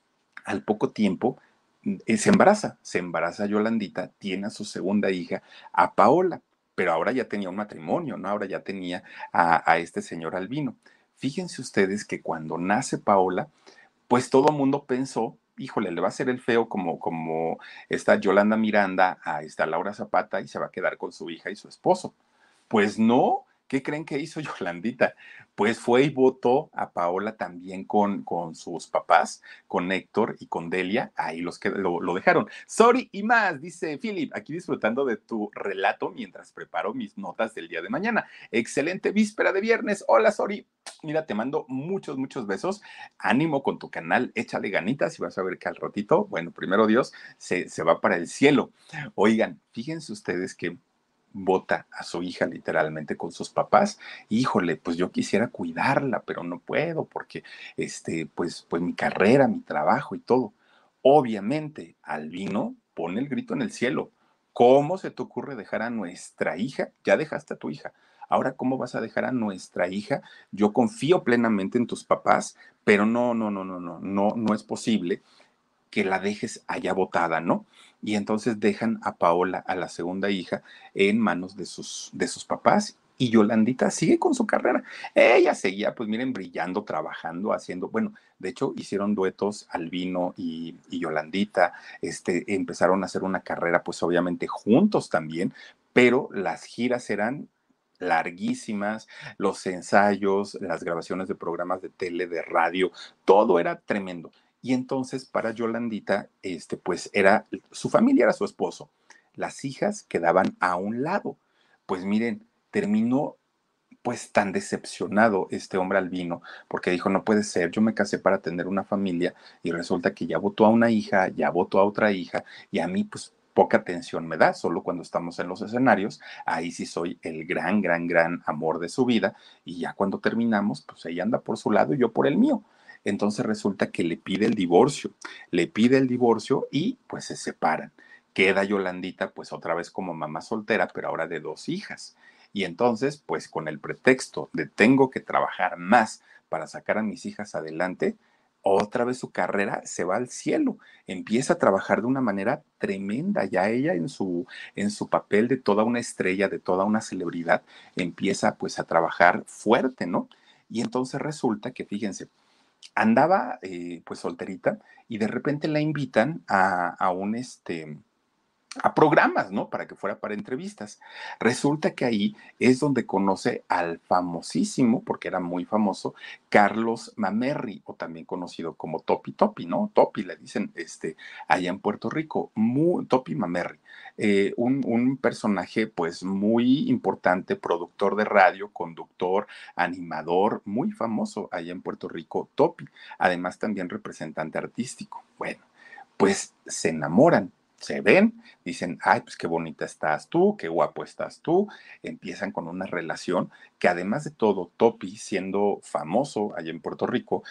C: al poco tiempo eh, se embaraza, se embaraza Yolandita, tiene a su segunda hija, a Paola, pero ahora ya tenía un matrimonio, ¿no? Ahora ya tenía a, a este señor Albino. Fíjense ustedes que cuando nace Paola, pues todo el mundo pensó, híjole, le va a hacer el feo como, como esta Yolanda Miranda a esta Laura Zapata y se va a quedar con su hija y su esposo. Pues no, ¿qué creen que hizo Yolandita? Pues fue y votó a Paola también con, con sus papás, con Héctor y con Delia, ahí los que lo, lo dejaron. Sorry y más, dice Philip, aquí disfrutando de tu relato mientras preparo mis notas del día de mañana. Excelente víspera de viernes. Hola, Sorry. Mira, te mando muchos, muchos besos. Ánimo con tu canal, échale ganitas y vas a ver que al ratito, bueno, primero Dios, se, se va para el cielo. Oigan, fíjense ustedes que vota a su hija literalmente con sus papás. Híjole, pues yo quisiera cuidarla, pero no puedo porque, este, pues, pues mi carrera, mi trabajo y todo. Obviamente, Albino pone el grito en el cielo. ¿Cómo se te ocurre dejar a nuestra hija? Ya dejaste a tu hija. Ahora, ¿cómo vas a dejar a nuestra hija? Yo confío plenamente en tus papás, pero no, no, no, no, no, no, no es posible que la dejes allá botada, ¿no? Y entonces dejan a Paola, a la segunda hija, en manos de sus, de sus papás. Y Yolandita sigue con su carrera. Ella seguía, pues miren, brillando, trabajando, haciendo, bueno, de hecho hicieron duetos Albino y, y Yolandita, este, empezaron a hacer una carrera, pues obviamente juntos también, pero las giras eran larguísimas, los ensayos, las grabaciones de programas de tele, de radio, todo era tremendo. Y entonces para Yolandita, este, pues era, su familia era su esposo. Las hijas quedaban a un lado. Pues miren, terminó pues tan decepcionado este hombre Albino, porque dijo, no puede ser, yo me casé para tener una familia y resulta que ya votó a una hija, ya votó a otra hija y a mí pues poca atención me da, solo cuando estamos en los escenarios, ahí sí soy el gran, gran, gran amor de su vida, y ya cuando terminamos, pues ella anda por su lado y yo por el mío. Entonces resulta que le pide el divorcio, le pide el divorcio y pues se separan. Queda Yolandita pues otra vez como mamá soltera, pero ahora de dos hijas. Y entonces, pues con el pretexto de tengo que trabajar más para sacar a mis hijas adelante, otra vez su carrera se va al cielo, empieza a trabajar de una manera tremenda, ya ella en su, en su papel de toda una estrella, de toda una celebridad, empieza pues a trabajar fuerte, ¿no? Y entonces resulta que, fíjense, andaba eh, pues solterita y de repente la invitan a, a un este a programas, ¿no? Para que fuera para entrevistas. Resulta que ahí es donde conoce al famosísimo, porque era muy famoso, Carlos Mamerri, o también conocido como Topi Topi, ¿no? Topi le dicen este, allá en Puerto Rico, muy, Topi Mamerri, eh, un, un personaje pues muy importante, productor de radio, conductor, animador, muy famoso allá en Puerto Rico, Topi, además también representante artístico. Bueno, pues se enamoran, se ven, dicen, ay, pues qué bonita estás tú, qué guapo estás tú, empiezan con una relación que además de todo, Topi siendo famoso allá en Puerto Rico,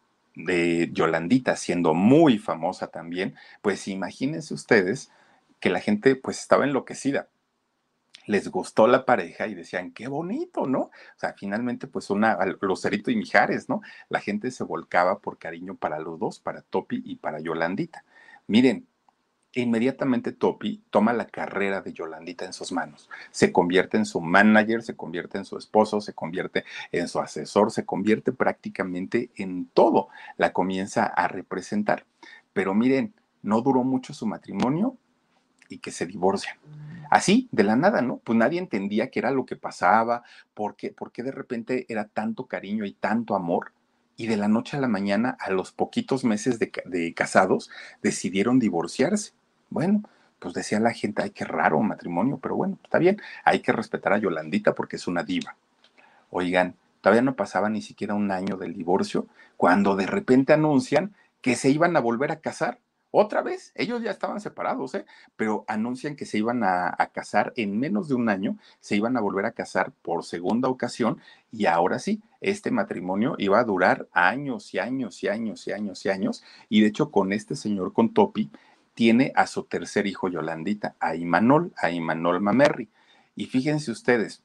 C: de Yolandita siendo muy famosa también, pues imagínense ustedes que la gente pues estaba enloquecida. Les gustó la pareja y decían, qué bonito, ¿no? O sea, finalmente, pues una, Lucerito y Mijares, ¿no? La gente se volcaba por cariño para los dos, para Topi y para Yolandita. Miren, inmediatamente Topi toma la carrera de Yolandita en sus manos. Se convierte en su manager, se convierte en su esposo, se convierte en su asesor, se convierte prácticamente en todo. La comienza a representar. Pero miren, no duró mucho su matrimonio y que se divorcian. Así, de la nada, ¿no? Pues nadie entendía qué era lo que pasaba, por qué, por qué de repente era tanto cariño y tanto amor. Y de la noche a la mañana, a los poquitos meses de, de casados, decidieron divorciarse. Bueno, pues decía la gente, ay, qué raro matrimonio, pero bueno, está bien, hay que respetar a Yolandita porque es una diva. Oigan, todavía no pasaba ni siquiera un año del divorcio, cuando de repente anuncian que se iban a volver a casar. Otra vez, ellos ya estaban separados, ¿eh? Pero anuncian que se iban a, a casar en menos de un año, se iban a volver a casar por segunda ocasión y ahora sí, este matrimonio iba a durar años y años y años y años y años. Y de hecho, con este señor, con Topi, tiene a su tercer hijo, Yolandita, a Imanol, a Imanol Mamerri. Y fíjense ustedes,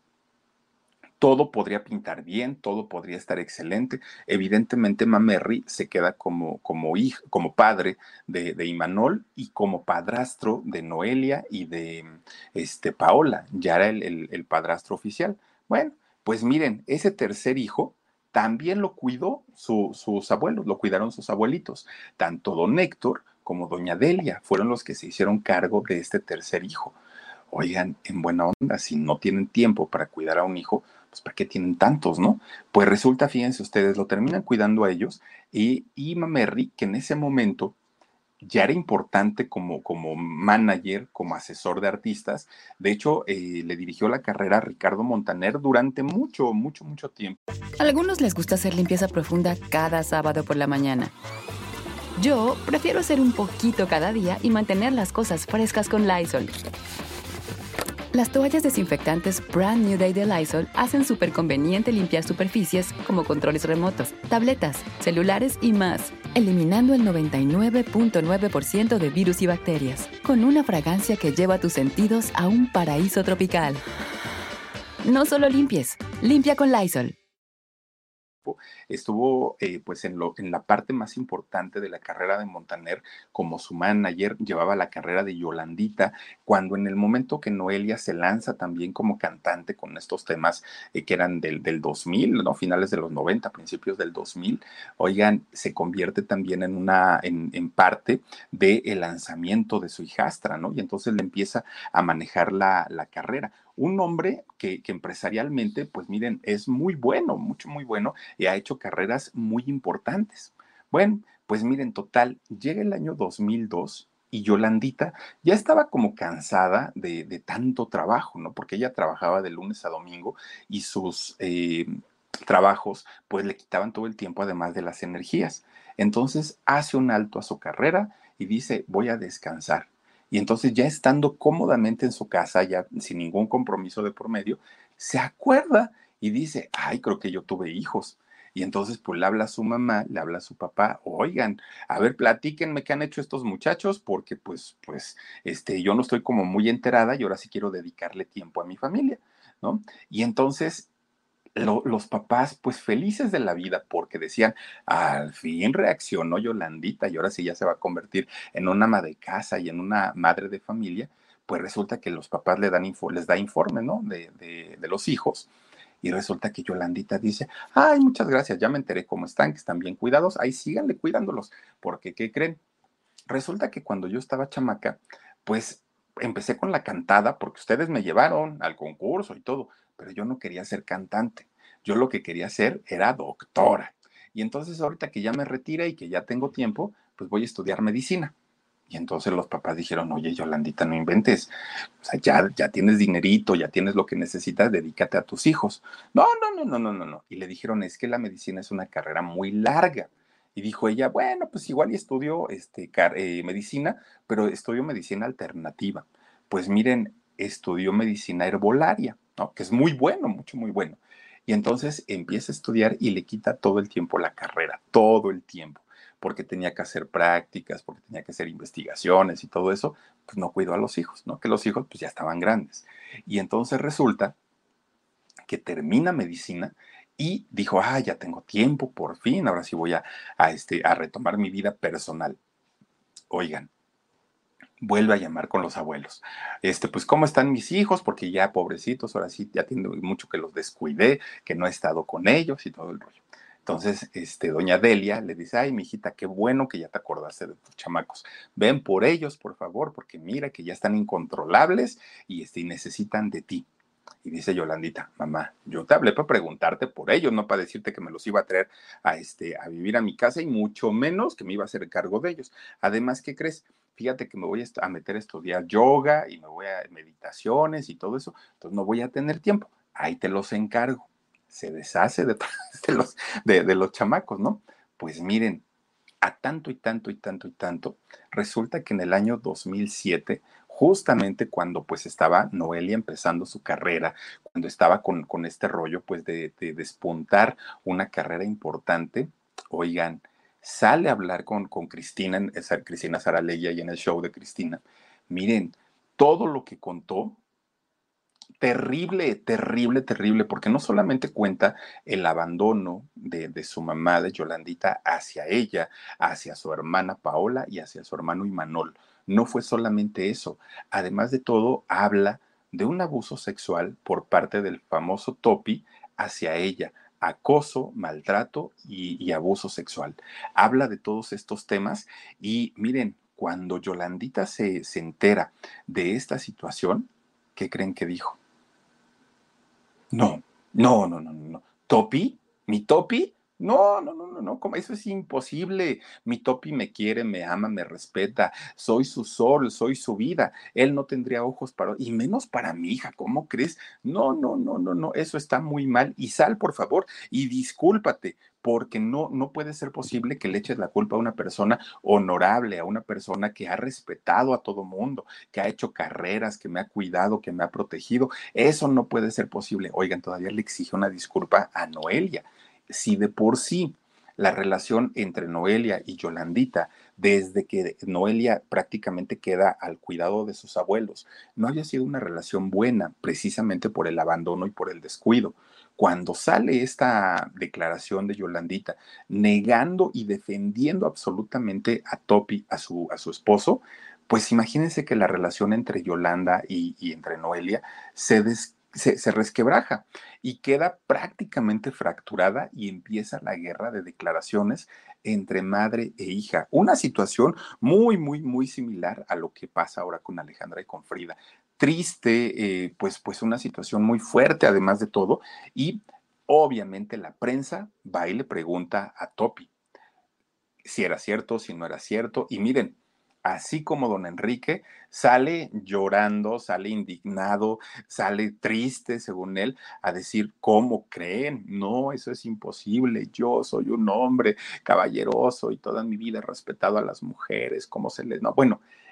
C: todo podría pintar bien, todo podría estar excelente. Evidentemente, Mamerri se queda como, como hijo, como padre de, de Imanol y como padrastro de Noelia y de este, Paola. Ya era el, el, el padrastro oficial. Bueno, pues miren, ese tercer hijo también lo cuidó su, sus abuelos, lo cuidaron sus abuelitos. Tanto don Héctor como doña Delia fueron los que se hicieron cargo de este tercer hijo. Oigan, en buena onda, si no tienen tiempo para cuidar a un hijo, pues ¿para qué tienen tantos, no? Pues resulta, fíjense ustedes, lo terminan cuidando a ellos y, y Mamerri, que en ese momento ya era importante como, como manager, como asesor de artistas, de hecho, eh, le dirigió la carrera a Ricardo Montaner durante mucho, mucho, mucho tiempo.
B: A algunos les gusta hacer limpieza profunda cada sábado por la mañana. Yo prefiero hacer un poquito cada día y mantener las cosas frescas con Lysol. Las toallas desinfectantes Brand New Day de Lysol hacen súper conveniente limpiar superficies como controles remotos, tabletas, celulares y más, eliminando el noventa y nueve punto nueve por ciento de virus y bacterias, con una fragancia que lleva tus sentidos a un paraíso tropical. No solo limpies, limpia con Lysol.
C: Estuvo eh, pues en, lo, en la parte más importante de la carrera de Montaner como su manager, llevaba la carrera de Yolandita, cuando en el momento que Noelia se lanza también como cantante con estos temas eh, que eran del, del dos mil, ¿no? Finales de los noventa, principios del dos mil, oigan, se convierte también en una, en, en parte del lanzamiento de su hijastra, ¿no? Y entonces le empieza a manejar la, la carrera. Un hombre que, que empresarialmente, pues miren, es muy bueno, mucho, muy bueno, y ha hecho carreras muy importantes. Bueno, pues miren, total, llega el año dos mil dos y Yolandita ya estaba como cansada de, de tanto trabajo, ¿no? Porque ella trabajaba de lunes a domingo y sus eh, trabajos, pues le quitaban todo el tiempo, además de las energías. Entonces hace un alto a su carrera y dice, voy a descansar. Y entonces ya estando cómodamente en su casa, ya sin ningún compromiso de por medio, se acuerda y dice, ay, creo que yo tuve hijos. Y entonces pues le habla a su mamá, le habla a su papá, oigan, a ver, platíquenme qué han hecho estos muchachos, porque pues, pues, este, yo no estoy como muy enterada y ahora sí quiero dedicarle tiempo a mi familia, ¿no? Y entonces lo, los papás, pues felices de la vida, porque decían, al fin reaccionó Yolandita y ahora sí ya se va a convertir en una ama de casa y en una madre de familia, pues resulta que los papás le dan info, les da informe, ¿no? De, de, de los hijos. Y resulta que Yolandita dice, ay, muchas gracias, ya me enteré cómo están, que están bien cuidados, ahí síganle cuidándolos, porque ¿qué creen? Resulta que cuando yo estaba chamaca, pues empecé con la cantada porque ustedes me llevaron al concurso y todo, pero yo no quería ser cantante. Yo lo que quería ser era doctora. Y entonces ahorita que ya me retire y que ya tengo tiempo, pues voy a estudiar medicina. Y entonces los papás dijeron, oye, Yolandita, no inventes, o sea, ya, ya tienes dinerito, ya tienes lo que necesitas, dedícate a tus hijos. No, no, no, no, no, no, no. Y le dijeron, es que la medicina es una carrera muy larga. Y dijo ella, bueno, pues igual y estudio este, car- eh, medicina, pero estudio medicina alternativa. Pues miren, estudió medicina herbolaria, ¿no? Que es muy bueno, mucho, muy bueno. Y entonces empieza a estudiar y le quita todo el tiempo la carrera, todo el tiempo, porque tenía que hacer prácticas, porque tenía que hacer investigaciones y todo eso, pues no cuidó a los hijos, ¿no? Que los hijos pues ya estaban grandes. Y entonces resulta que termina medicina y dijo, ah, ya tengo tiempo, por fin, ahora sí voy a, a, este, a retomar mi vida personal. Oigan, vuelve a llamar con los abuelos. Este, pues, ¿cómo están mis hijos? Porque ya, pobrecitos, ahora sí, ya tiene mucho que los descuidé, que no he estado con ellos y todo el rollo. Entonces, este, doña Delia le dice, ay, mijita, qué bueno que ya te acordaste de tus chamacos. Ven por ellos, por favor, porque mira que ya están incontrolables y, este, y necesitan de ti. Y dice Yolandita, mamá, yo te hablé para preguntarte por ellos, no para decirte que me los iba a traer a, este, a vivir a mi casa y mucho menos que me iba a hacer cargo de ellos. Además, ¿qué crees? Fíjate que me voy a meter a estudiar yoga y me voy a meditaciones y todo eso, entonces no voy a tener tiempo. Ahí te los encargo. Se deshace de, de, los, de, de los chamacos, ¿no? Pues miren, a tanto y tanto y tanto y tanto, resulta que en el año dos mil siete, justamente cuando pues estaba Noelia empezando su carrera, cuando estaba con, con este rollo pues de, de despuntar una carrera importante, oigan, sale a hablar con, con Cristina, en, esa, Cristina Saralegui y en el show de Cristina, miren, todo lo que contó terrible, terrible, terrible, porque no solamente cuenta el abandono de, de, su mamá, de Yolandita, hacia ella, hacia su hermana Paola y hacia su hermano Imanol. No fue solamente eso. Además de todo, habla de un abuso sexual por parte del famoso Topi hacia ella, acoso, maltrato y, y abuso sexual. Habla de todos estos temas y miren, cuando Yolandita se, se entera de esta situación, ¿qué creen que dijo? No, no, no, no, no, no. ¿Topi? ¿Mi Topi? No, no, no, no, no, como eso es imposible. Mi Topi me quiere, me ama, me respeta. Soy su sol, soy su vida. Él no tendría ojos para, y menos para mi hija, ¿cómo crees? No, no, no, no, no, eso está muy mal. Y sal, por favor, y discúlpate, porque no, no puede ser posible que le eches la culpa a una persona honorable, a una persona que ha respetado a todo mundo, que ha hecho carreras, que me ha cuidado, que me ha protegido. Eso no puede ser posible. Oigan, todavía le exige una disculpa a Noelia. Si de por sí la relación entre Noelia y Yolandita, desde que Noelia prácticamente queda al cuidado de sus abuelos, no había sido una relación buena, precisamente por el abandono y por el descuido. Cuando sale esta declaración de Yolandita negando y defendiendo absolutamente a Topi, a su, a su esposo, pues imagínense que la relación entre Yolanda y, y entre Noelia se, des, se, se resquebraja y queda prácticamente fracturada y empieza la guerra de declaraciones entre madre e hija. Una situación muy, muy, muy similar a lo que pasa ahora con Alejandra y con Frida. Triste, eh, pues, pues una situación muy fuerte además de todo y obviamente la prensa va y le pregunta a Topi si era cierto, si no era cierto. Y miren, así como don Enrique sale llorando, sale indignado, sale triste, según él, a decir, ¿cómo creen? No, eso es imposible. Yo soy un hombre caballeroso y toda mi vida he respetado a las mujeres, ¿cómo se les...? No, bueno,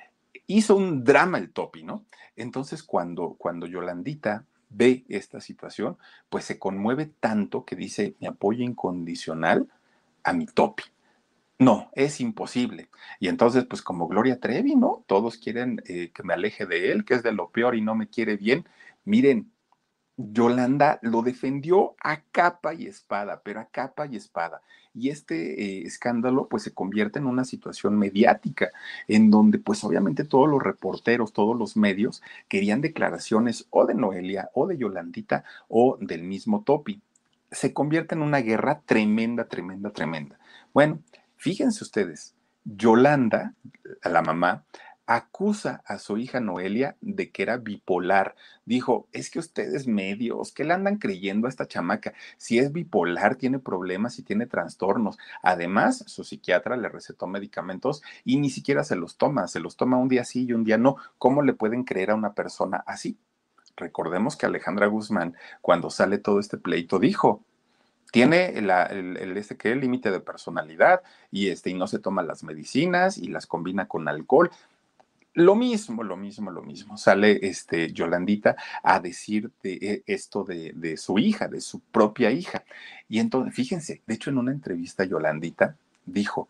C: Hizo un drama el Topi, ¿no? Entonces, cuando, cuando Yolandita ve esta situación, pues se conmueve tanto que dice, mi apoyo incondicional a mi Topi. No, es imposible. Y entonces, pues como Gloria Trevi, ¿no? Todos quieren eh, que me aleje de él, que es de lo peor y no me quiere bien. Miren, Yolanda lo defendió a capa y espada, pero a capa y espada. Y este eh, escándalo pues se convierte en una situación mediática, en donde pues obviamente todos los reporteros, todos los medios querían declaraciones o de Noelia o de Yolandita o del mismo Topi. Se convierte en una guerra tremenda, tremenda, tremenda. Bueno, fíjense ustedes, Yolanda, la mamá, acusa a su hija Noelia de que era bipolar. Dijo, es que ustedes medios, ¿qué le andan creyendo a esta chamaca? Si es bipolar, tiene problemas y tiene trastornos. Además, su psiquiatra le recetó medicamentos y ni siquiera se los toma, se los toma un día sí y un día no. ¿Cómo le pueden creer a una persona así? Recordemos que Alejandra Guzmán, cuando sale todo este pleito, dijo, tiene la, el, el, este que el límite de personalidad y este y no se toma las medicinas y las combina con alcohol. Lo mismo, lo mismo, lo mismo. Sale este Yolandita a decir de esto de, de su hija, de su propia hija. Y entonces, fíjense, de hecho en una entrevista Yolandita dijo,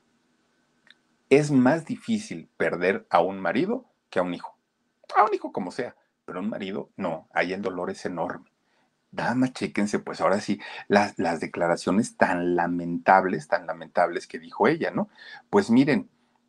C: es más difícil perder a un marido que a un hijo. A un hijo como sea, pero a un marido no, ahí el dolor es enorme. Dama, chéquense, pues ahora sí, las, las declaraciones tan lamentables, tan lamentables que dijo ella, ¿no? Pues miren,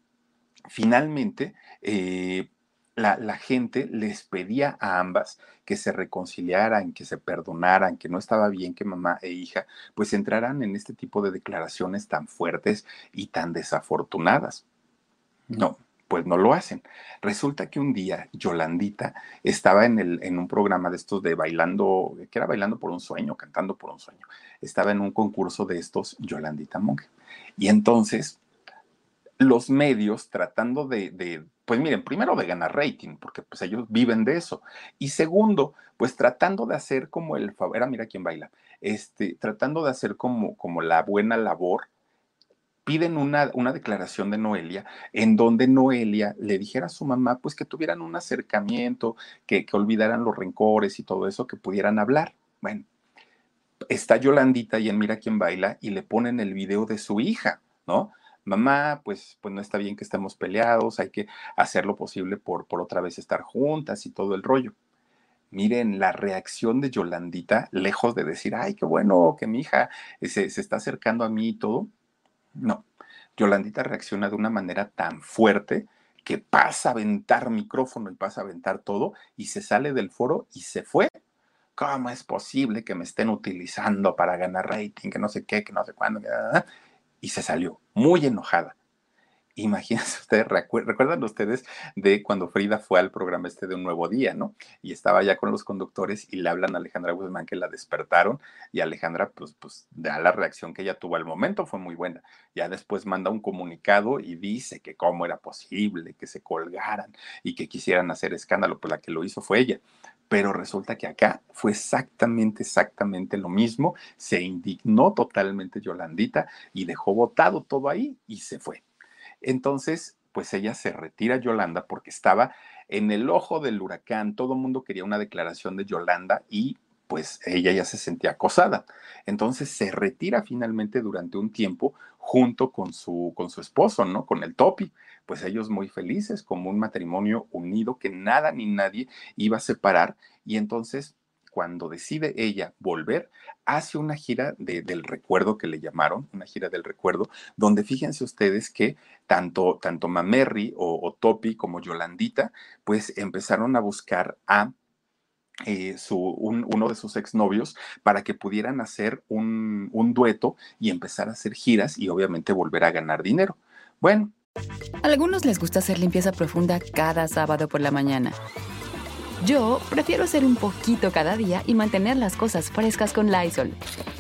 C: finalmente, eh, la, la gente les pedía a ambas que se reconciliaran, que se perdonaran, que no estaba bien que mamá e hija pues entraran en este tipo de declaraciones tan fuertes y tan desafortunadas. No, pues no lo hacen. Resulta que un día Yolandita estaba en, el, en un programa de estos de bailando, que era bailando por un sueño, cantando por un sueño. Estaba en un concurso de estos Yolandita Monge. Y entonces los medios tratando de, de, pues miren, primero de ganar rating, porque pues ellos viven de eso, y segundo, pues tratando de hacer como el favor, era mira quién baila, este, tratando de hacer como, como la buena labor, piden una, una declaración de Noelia, en donde Noelia le dijera a su mamá, pues que tuvieran un acercamiento, que, que olvidaran los rencores y todo eso, que pudieran hablar. Bueno, está Yolandita y en Mira quién baila, y le ponen el video de su hija, ¿no? Mamá, pues, pues no está bien que estemos peleados, hay que hacer lo posible por, por otra vez estar juntas y todo el rollo. Miren, la reacción de Yolandita, lejos de decir, ay, qué bueno que mi hija se, se está acercando a mí y todo, no. Yolandita reacciona de una manera tan fuerte que pasa a aventar micrófono y pasa a aventar todo y se sale del foro y se fue. ¿Cómo es posible que me estén utilizando para ganar rating, que no sé qué, que no sé cuándo? Y se salió muy enojada. Imagínense ustedes, recu- recuerdan ustedes de cuando Frida fue al programa este de Un Nuevo Día, ¿no? Y estaba ya con los conductores y le hablan a Alejandra Guzmán que la despertaron y Alejandra, pues, pues, da la reacción que ella tuvo al momento fue muy buena. Ya después manda un comunicado y dice que cómo era posible que se colgaran y que quisieran hacer escándalo, pues la que lo hizo fue ella. Pero resulta que acá fue exactamente, exactamente lo mismo. Se indignó totalmente Yolandita y dejó botado todo ahí y se fue. Entonces, pues ella se retira, Yolanda, porque estaba en el ojo del huracán. Todo el mundo quería una declaración de Yolanda y pues ella ya se sentía acosada. Entonces se retira finalmente durante un tiempo junto con su, con su esposo, ¿no? Con el Topi. Pues ellos muy felices, como un matrimonio unido que nada ni nadie iba a separar. Y entonces, cuando decide ella volver, hace una gira de, del recuerdo que le llamaron, una gira del recuerdo, donde fíjense ustedes que tanto, tanto Mamerry o, o Topi como Yolandita, pues empezaron a buscar a eh, su, un, uno de sus exnovios para que pudieran hacer un, un dueto y empezar a hacer giras y obviamente volver a ganar dinero. Bueno.
B: A algunos les gusta hacer limpieza profunda cada sábado por la mañana. Yo prefiero hacer un poquito cada día y mantener las cosas frescas con Lysol.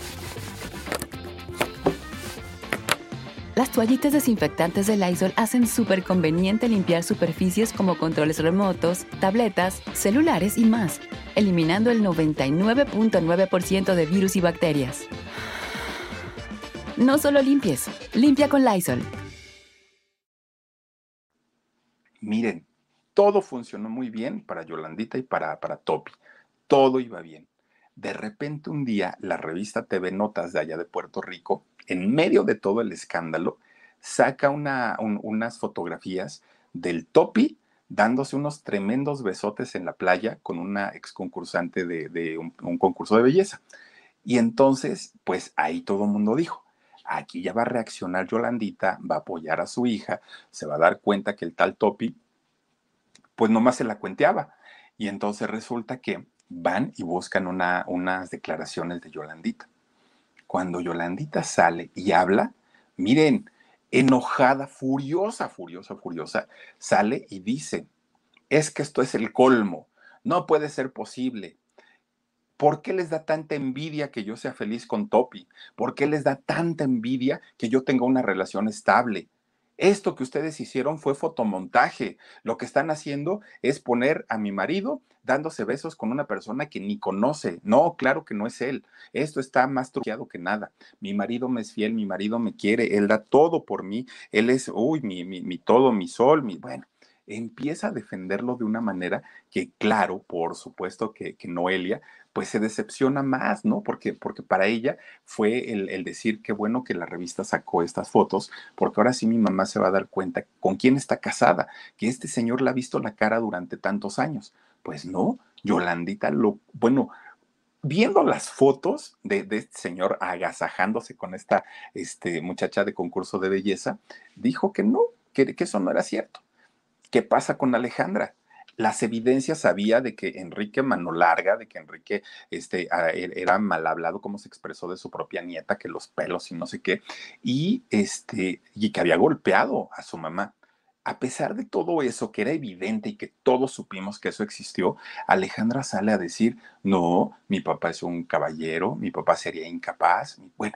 B: Las toallitas desinfectantes de Lysol hacen súper conveniente limpiar superficies como controles remotos, tabletas, celulares y más, eliminando el noventa y nueve punto nueve por ciento de virus y bacterias. No solo limpies, limpia con Lysol.
C: Miren, Todo funcionó muy bien para Yolandita y para, para Topi. Todo iba bien. De repente un día la revista T V Notas de allá de Puerto Rico, en medio de todo el escándalo, saca una, un, unas fotografías del Topi dándose unos tremendos besotes en la playa con una ex concursante de, de un, un concurso de belleza. Y entonces, pues ahí todo el mundo dijo, aquí ya va a reaccionar Yolandita, va a apoyar a su hija, se va a dar cuenta que el tal Topi, pues nomás se la cuenteaba. Y entonces resulta que van y buscan una, unas declaraciones de Yolandita. Cuando Yolandita sale y habla, miren, enojada, furiosa, furiosa, furiosa, sale y dice, es que esto es el colmo, no puede ser posible. ¿Por qué les da tanta envidia que yo sea feliz con Topi? ¿Por qué les da tanta envidia que yo tenga una relación estable? Esto que ustedes hicieron fue fotomontaje. Lo que están haciendo es poner a mi marido dándose besos con una persona que ni conoce. No, claro que no es él. Esto está más truqueado que nada. Mi marido me es fiel, mi marido me quiere, él da todo por mí. Él es, uy, mi, mi, mi todo, mi sol, mi, bueno. Empieza a defenderlo de una manera que, claro, por supuesto que, que Noelia, pues se decepciona más, ¿no? Porque, porque para ella fue el, el decir qué bueno que la revista sacó estas fotos, porque ahora sí mi mamá se va a dar cuenta con quién está casada, que este señor la ha visto la cara durante tantos años. Pues no, Yolandita lo, bueno, viendo las fotos de, de este señor agasajándose con esta este, muchacha de concurso de belleza, dijo que no, que, que eso no era cierto. ¿Qué pasa con Alejandra? Las evidencias había de que Enrique mano larga, de que Enrique este, era mal hablado, como se expresó de su propia nieta, que los pelos y no sé qué, y, este, y que había golpeado a su mamá. A pesar de todo eso, que era evidente y que todos supimos que eso existió, Alejandra sale a decir, no, mi papá es un caballero, mi papá sería incapaz. Bueno,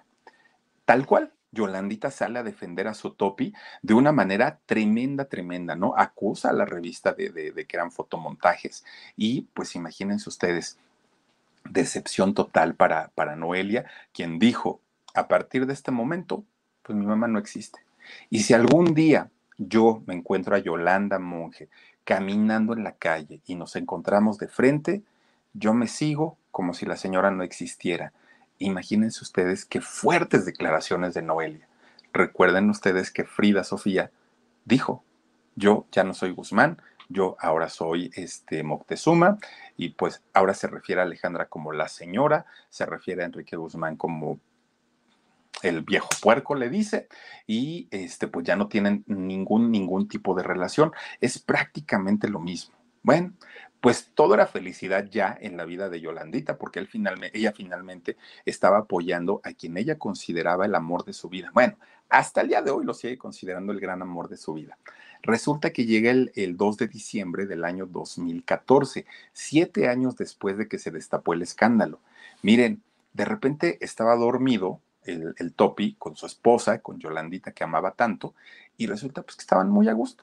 C: tal cual. Yolandita sale a defender a su Topi de una manera tremenda, tremenda, ¿no? Acusa a la revista de, de, de que eran fotomontajes. Y pues imagínense ustedes, decepción total para, para Noelia, quien dijo, a partir de este momento, pues mi mamá no existe. Y si algún día yo me encuentro a Yolanda Monge caminando en la calle y nos encontramos de frente, yo me sigo como si la señora no existiera. Imagínense ustedes qué fuertes declaraciones de Noelia. Recuerden ustedes que Frida Sofía dijo, yo ya no soy Guzmán, yo ahora soy este Moctezuma, y pues ahora se refiere a Alejandra como la señora, se refiere a Enrique Guzmán como el viejo puerco, le dice, y este pues ya no tienen ningún, ningún tipo de relación, es prácticamente lo mismo. Bueno, pues todo era felicidad ya en la vida de Yolandita, porque él finalmente, ella finalmente estaba apoyando a quien ella consideraba el amor de su vida. Bueno, hasta el día de hoy lo sigue considerando el gran amor de su vida. Resulta que llega el, el dos de diciembre del año dos mil catorce, siete años después de que se destapó el escándalo. Miren, de repente estaba dormido el, el Topi con su esposa, con Yolandita, que amaba tanto, y resulta pues que estaban muy a gusto.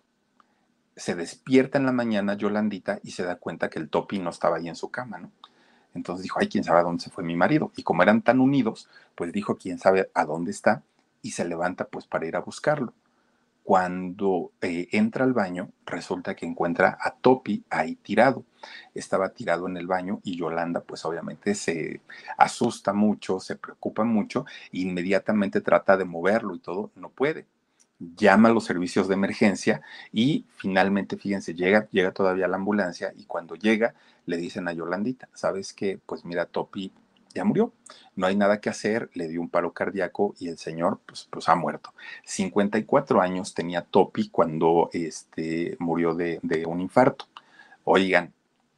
C: Se despierta en la mañana Yolandita y se da cuenta que el Topi no estaba ahí en su cama, ¿no? Entonces dijo, ay, quién sabe a dónde se fue mi marido. Y como eran tan unidos, pues dijo, quién sabe a dónde está, y se levanta pues para ir a buscarlo. Cuando eh, entra al baño, resulta que encuentra a Topi ahí tirado. Estaba tirado en el baño y Yolanda, pues obviamente se asusta mucho, se preocupa mucho, e inmediatamente trata de moverlo y todo, no puede. Llama a los servicios de emergencia y finalmente, fíjense, llega, llega todavía la ambulancia y cuando llega le dicen a Yolandita, ¿sabes qué? Pues mira, Topi ya murió, no hay nada que hacer, le dio un paro cardíaco y el señor pues, pues ha muerto. cincuenta y cuatro años tenía Topi cuando este, murió de, de un infarto. Oigan,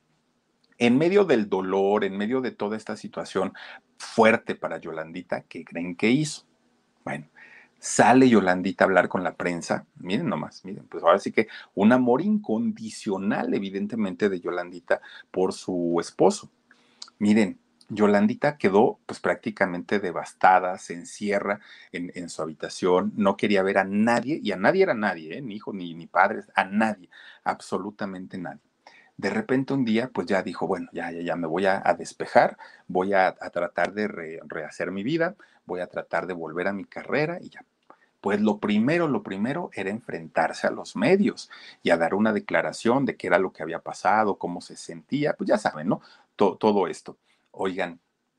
C: en medio del dolor, en medio de toda esta situación fuerte para Yolandita, ¿qué creen que hizo? Bueno, sale Yolandita a hablar con la prensa. Miren nomás, miren, pues ahora sí que un amor incondicional, evidentemente, de Yolandita por su esposo. Miren, Yolandita quedó pues prácticamente devastada, se encierra en, en su habitación, no quería ver a nadie, y a nadie era nadie, ¿eh? Ni hijos, ni, ni padres, a nadie, absolutamente nadie. De repente un día, pues ya dijo, bueno, ya, ya, ya me voy a, a despejar, voy a, a tratar de re, rehacer mi vida, voy a tratar de volver a mi carrera y ya. Pues lo primero, lo primero era enfrentarse a los medios y a dar una declaración de qué era lo que había pasado, cómo se sentía, pues ya saben, ¿no? To- todo esto. Oigan,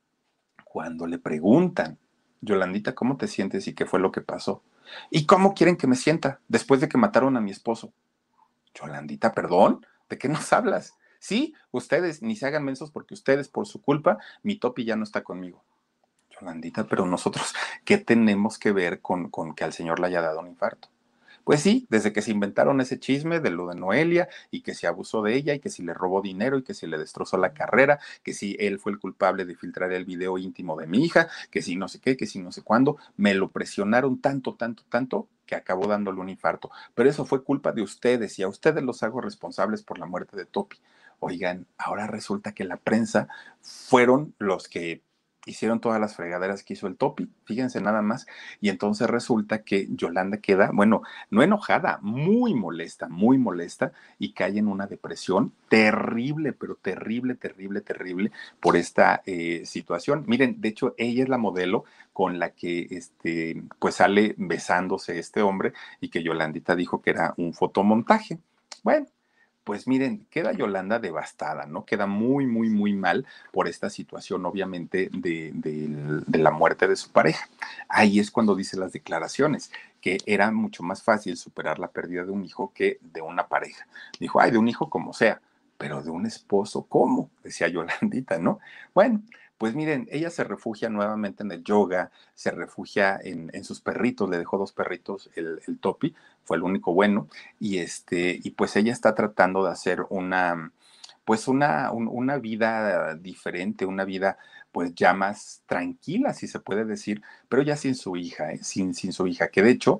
C: cuando le preguntan, Yolandita, ¿cómo te sientes y qué fue lo que pasó? ¿Y cómo quieren que me sienta después de que mataron a mi esposo? Yolandita, perdón, ¿de qué nos hablas? Sí, ustedes ni se hagan mensos porque ustedes, por su culpa, mi Topi ya no está conmigo. Yolandita, pero nosotros, ¿qué tenemos que ver con, con que al señor le haya dado un infarto? Pues sí, desde que se inventaron ese chisme de lo de Noelia y que se abusó de ella y que si le robó dinero y que si le destrozó la carrera, que si él fue el culpable de filtrar el video íntimo de mi hija, que si no sé qué, que si no sé cuándo, me lo presionaron tanto, tanto, tanto que acabó dándole un infarto. Pero eso fue culpa de ustedes y a ustedes los hago responsables por la muerte de Topi. Oigan, ahora resulta que la prensa fueron los que hicieron todas las fregaderas que hizo el Topi, fíjense nada más, y entonces resulta que Yolanda queda, bueno, no enojada, muy molesta, muy molesta y cae en una depresión terrible, pero terrible, terrible, terrible por esta eh, situación. Miren, de hecho, ella es la modelo con la que este, pues sale besándose este hombre y que Yolandita dijo que era un fotomontaje. Bueno, pues miren, queda Yolanda devastada, ¿no? Queda muy, muy, muy mal por esta situación, obviamente, de, de, de la muerte de su pareja. Ahí es cuando dice las declaraciones, que era mucho más fácil superar la pérdida de un hijo que de una pareja. Dijo, ay, de un hijo como sea, pero de un esposo, ¿cómo? Decía Yolandita, ¿no? Bueno, pues miren, ella se refugia nuevamente en el yoga, se refugia en, en sus perritos, le dejó dos perritos, el, el Topi, fue el único bueno, y este, y pues ella está tratando de hacer una, pues una, un- una vida diferente, una vida pues ya más tranquila, si se puede decir, pero ya sin su hija, ¿eh? Sin, sin su hija, que de hecho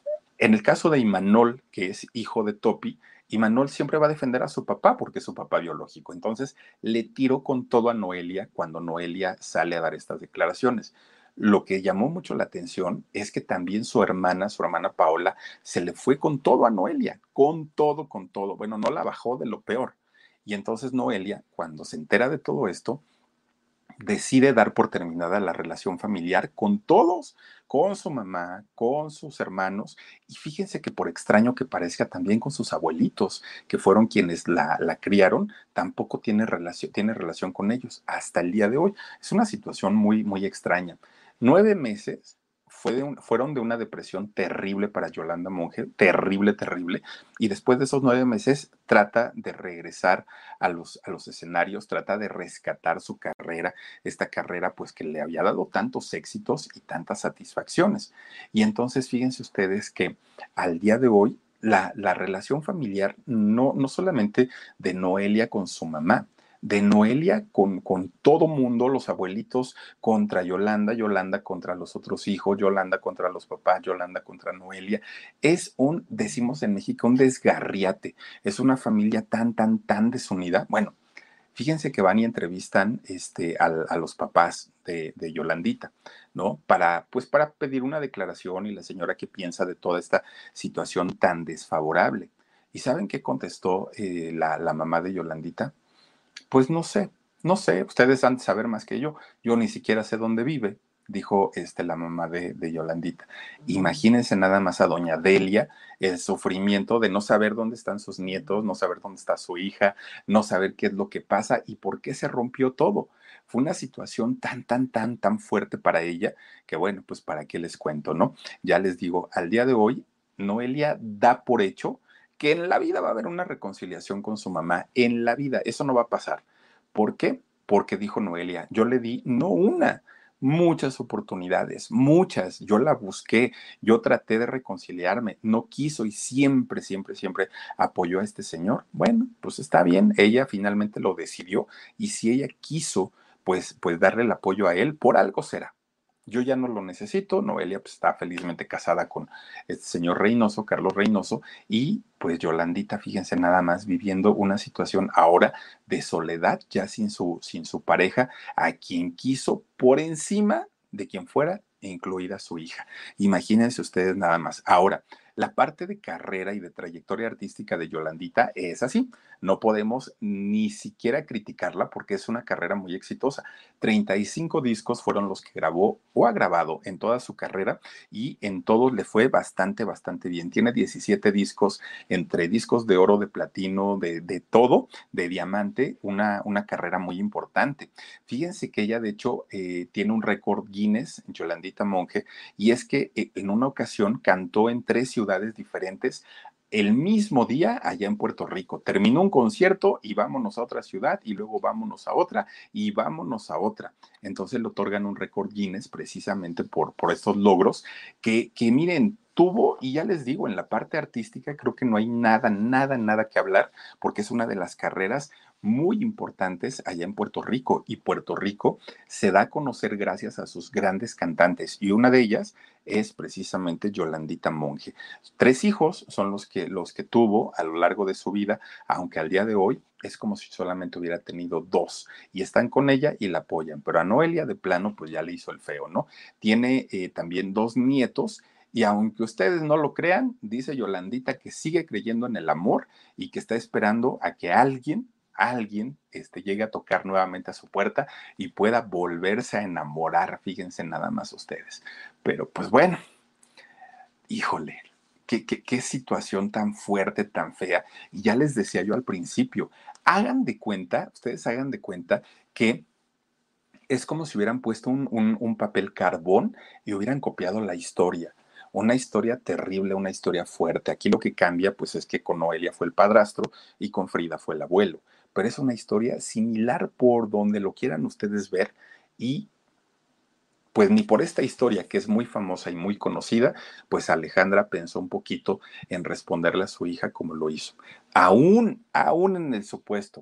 C: en el caso de Imanol, que es hijo de Topi, Imanol siempre va a defender a su papá porque es su papá biológico. Entonces le tiró con todo a Noelia cuando Noelia sale a dar estas declaraciones. Lo que llamó mucho la atención es que también su hermana, su hermana Paola, se le fue con todo a Noelia, con todo, con todo. Bueno, no la bajó de lo peor. Y entonces Noelia, cuando se entera de todo esto, decide dar por terminada la relación familiar con todos, con su mamá, con sus hermanos, y fíjense que por extraño que parezca también con sus abuelitos, que fueron quienes la, la criaron, tampoco tiene relación, tiene relación con ellos hasta el día de hoy. Es una situación muy, muy extraña. Nueve meses fue de un- fueron de una depresión terrible para Yolanda Monge, terrible, terrible, y después de esos nueve meses trata de regresar a los, a los escenarios, trata de rescatar su carrera, esta carrera pues que le había dado tantos éxitos y tantas satisfacciones. Y entonces fíjense ustedes que al día de hoy la, la relación familiar no, no solamente de Noelia con su mamá, de Noelia con, con todo mundo, los abuelitos contra Yolanda, Yolanda contra los otros hijos, Yolanda contra los papás, Yolanda contra Noelia. Es un, decimos en México, un desgarriate. Es una familia tan, tan, tan desunida. Bueno, fíjense que van y entrevistan este, a, a los papás de, de, Yolandita, ¿no? Para, pues, para pedir una declaración y la señora qué piensa de toda esta situación tan desfavorable. ¿Y saben qué contestó eh, la, la mamá de Yolandita? Pues no sé, no sé, ustedes han de saber más que yo. Yo ni siquiera sé dónde vive, dijo este, la mamá de, de Yolandita. Imagínense nada más a doña Delia el sufrimiento de no saber dónde están sus nietos, no saber dónde está su hija, no saber qué es lo que pasa y por qué se rompió todo. Fue una situación tan, tan, tan, tan fuerte para ella que bueno, pues para qué les cuento, ¿no? Ya les digo, al día de hoy, Noelia da por hecho que en la vida va a haber una reconciliación con su mamá, en la vida, eso no va a pasar. ¿Por qué? Porque dijo Noelia, yo le di no una, muchas oportunidades, muchas, yo la busqué, yo traté de reconciliarme, no quiso y siempre, siempre, siempre apoyó a este señor. Bueno, pues está bien, ella finalmente lo decidió y si ella quiso, pues, pues darle el apoyo a él, por algo será. Yo ya no lo necesito, Noelia pues, está felizmente casada con este señor Reynoso, Carlos Reynoso, y pues Yolandita, fíjense nada más, viviendo una situación ahora de soledad, ya sin su, sin su pareja, a quien quiso por encima de quien fuera, incluida su hija. Imagínense ustedes nada más. Ahora, la parte de carrera y de trayectoria artística de Yolandita es así. No podemos ni siquiera criticarla porque es una carrera muy exitosa. treinta y cinco discos fueron los que grabó o ha grabado en toda su carrera y en todos le fue bastante, bastante bien. Tiene diecisiete discos, entre discos de oro, de platino, de, de todo, de diamante, una, una carrera muy importante. Fíjense que ella, de hecho, eh, tiene un récord Guinness, Yolandita Monge, y es que eh, en una ocasión cantó en tres ciudades diferentes el mismo día allá en Puerto Rico. Terminó un concierto y vámonos a otra ciudad y luego vámonos a otra y vámonos a otra. Entonces le otorgan un récord Guinness precisamente por, por estos logros que, que miren, tuvo, y ya les digo, en la parte artística creo que no hay nada, nada, nada que hablar, porque es una de las carreras muy importantes allá en Puerto Rico, y Puerto Rico se da a conocer gracias a sus grandes cantantes, y una de ellas es precisamente Yolandita Monge. Tres hijos son los que, los que tuvo a lo largo de su vida, aunque al día de hoy es como si solamente hubiera tenido dos, y están con ella y la apoyan, pero a Noelia de plano pues ya le hizo el feo, ¿no? Tiene eh, también dos nietos, y aunque ustedes no lo crean, dice Yolandita que sigue creyendo en el amor y que está esperando a que alguien, alguien, este, llegue a tocar nuevamente a su puerta y pueda volverse a enamorar, fíjense nada más ustedes. Pero pues bueno, híjole, qué, qué, qué situación tan fuerte, tan fea. Y ya les decía yo al principio, hagan de cuenta, ustedes hagan de cuenta que es como si hubieran puesto un, un, un papel carbón y hubieran copiado la historia. Una historia terrible, una historia fuerte. Aquí lo que cambia, pues, es que con Noelia fue el padrastro y con Frida fue el abuelo. Pero es una historia similar por donde lo quieran ustedes ver, y pues ni por esta historia, que es muy famosa y muy conocida, pues Alejandra pensó un poquito en responderle a su hija como lo hizo. Aún, aún en el supuesto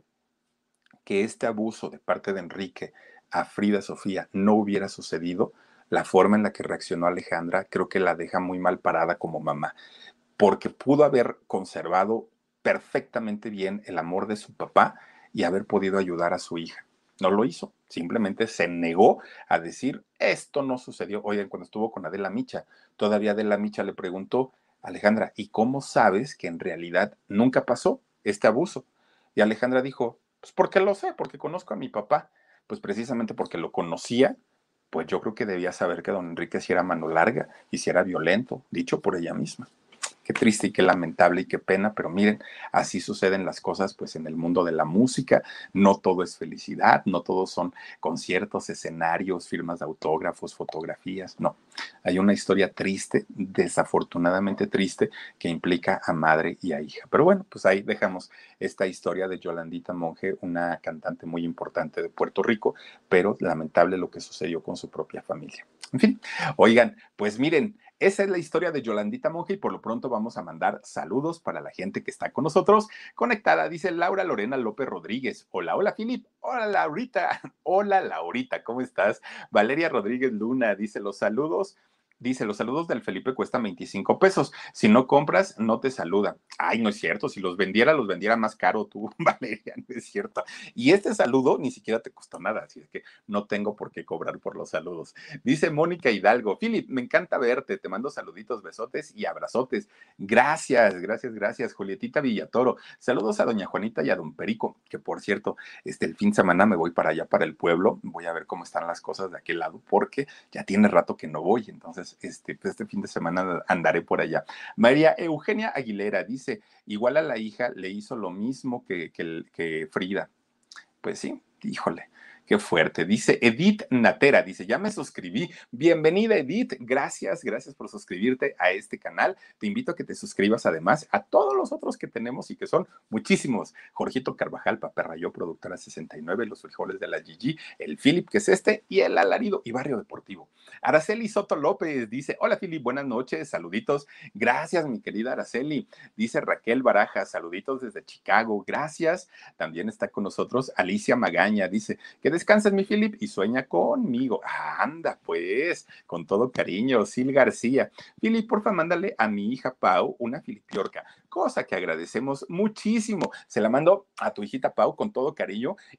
C: que este abuso de parte de Enrique a Frida Sofía no hubiera sucedido, la forma en la que reaccionó Alejandra creo que la deja muy mal parada como mamá, porque pudo haber conservado perfectamente bien el amor de su papá y haber podido ayudar a su hija. No lo hizo, simplemente se negó a decir, esto no sucedió. Oigan, cuando estuvo con Adela Micha, todavía Adela Micha le preguntó, Alejandra, ¿y cómo sabes que en realidad nunca pasó este abuso? Y Alejandra dijo, pues porque lo sé, porque conozco a mi papá. Pues precisamente porque lo conocía, pues yo creo que debía saber que don Enrique sí era mano larga y sí era violento, dicho por ella misma. Qué triste y qué lamentable y qué pena, pero miren, así suceden las cosas pues en el mundo de la música. No todo es felicidad, no todos son conciertos, escenarios, firmas de autógrafos, fotografías, no. Hay una historia triste, desafortunadamente triste, que implica a madre y a hija. Pero bueno, pues ahí dejamos esta historia de Yolandita Monge, una cantante muy importante de Puerto Rico, pero lamentable lo que sucedió con su propia familia. En fin, oigan, pues miren, esa es la historia de Yolandita Monge, y por lo pronto vamos a mandar saludos para la gente que está con nosotros conectada. Dice Laura Lorena López Rodríguez. Hola, hola, Filip. Hola, Laurita. Hola, Laurita. ¿Cómo estás? Valeria Rodríguez Luna dice los saludos. Dice, los saludos del Felipe cuestan veinticinco pesos. Si no compras, no te saluda. Ay, no es cierto. Si los vendiera, los vendiera más caro tú, Valeria. No es cierto. Y este saludo ni siquiera te costó nada. Así es que no tengo por qué cobrar por los saludos. Dice Mónica Hidalgo. Philip, me encanta verte. Te mando saluditos, besotes y abrazotes. Gracias, gracias, gracias. Julietita Villatoro. Saludos a doña Juanita y a don Perico, que por cierto, este, el fin de semana me voy para allá, para el pueblo. Voy a ver cómo están las cosas de aquel lado, porque ya tiene rato que no voy. Entonces, Este, pues este fin de semana andaré por allá. María Eugenia Aguilera dice, igual a la hija le hizo lo mismo que, que, que Frida. Pues sí, híjole, qué fuerte. Dice Edith Natera, dice, ya me suscribí. Bienvenida, Edith. Gracias, gracias por suscribirte a este canal. Te invito a que te suscribas además a todos los otros que tenemos y que son muchísimos. Jorgito Carvajal, Paperrayó, Productora sesenta y nueve, Los Frijoles de la Gigi, el Philip, que es este, y el Alarido y Barrio Deportivo. Araceli Soto López dice, hola, Philip, buenas noches, saluditos. Gracias, mi querida Araceli. Dice Raquel Baraja, saluditos desde Chicago. Gracias. También está con nosotros Alicia Magaña, dice, que descanses, mi Philip, y sueña conmigo. Ah, anda, pues, con todo cariño. Sil García. Philip, porfa, mándale a mi hija Pau una filipiorca, cosa que agradecemos muchísimo. Se la mando a tu hijita Pau con todo cariño, y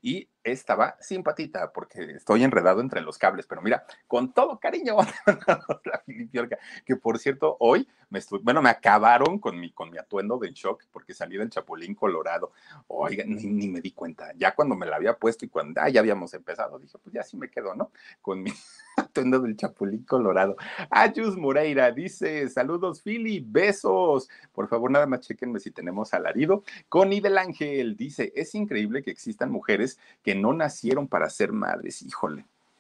C: estaba sin patita porque estoy enredado entre los cables, pero mira, con todo cariño, la Filipiorca, que por cierto, hoy me estuve, bueno, me acabaron con mi, con mi atuendo de shock porque salí del Chapulín Colorado. Oiga, ni, ni me di cuenta. Ya cuando me la había puesto y cuando ah, ya habíamos empezado, dije, pues ya sí me quedo, ¿no? Con mi atuendo del Chapulín Colorado. Ayus Moreira dice, saludos, Fili, besos. Por favor, nada más chequenme si tenemos alarido. Connie del Ángel dice, es increíble que existan mujeres que no nacieron para ser madres. Híjole,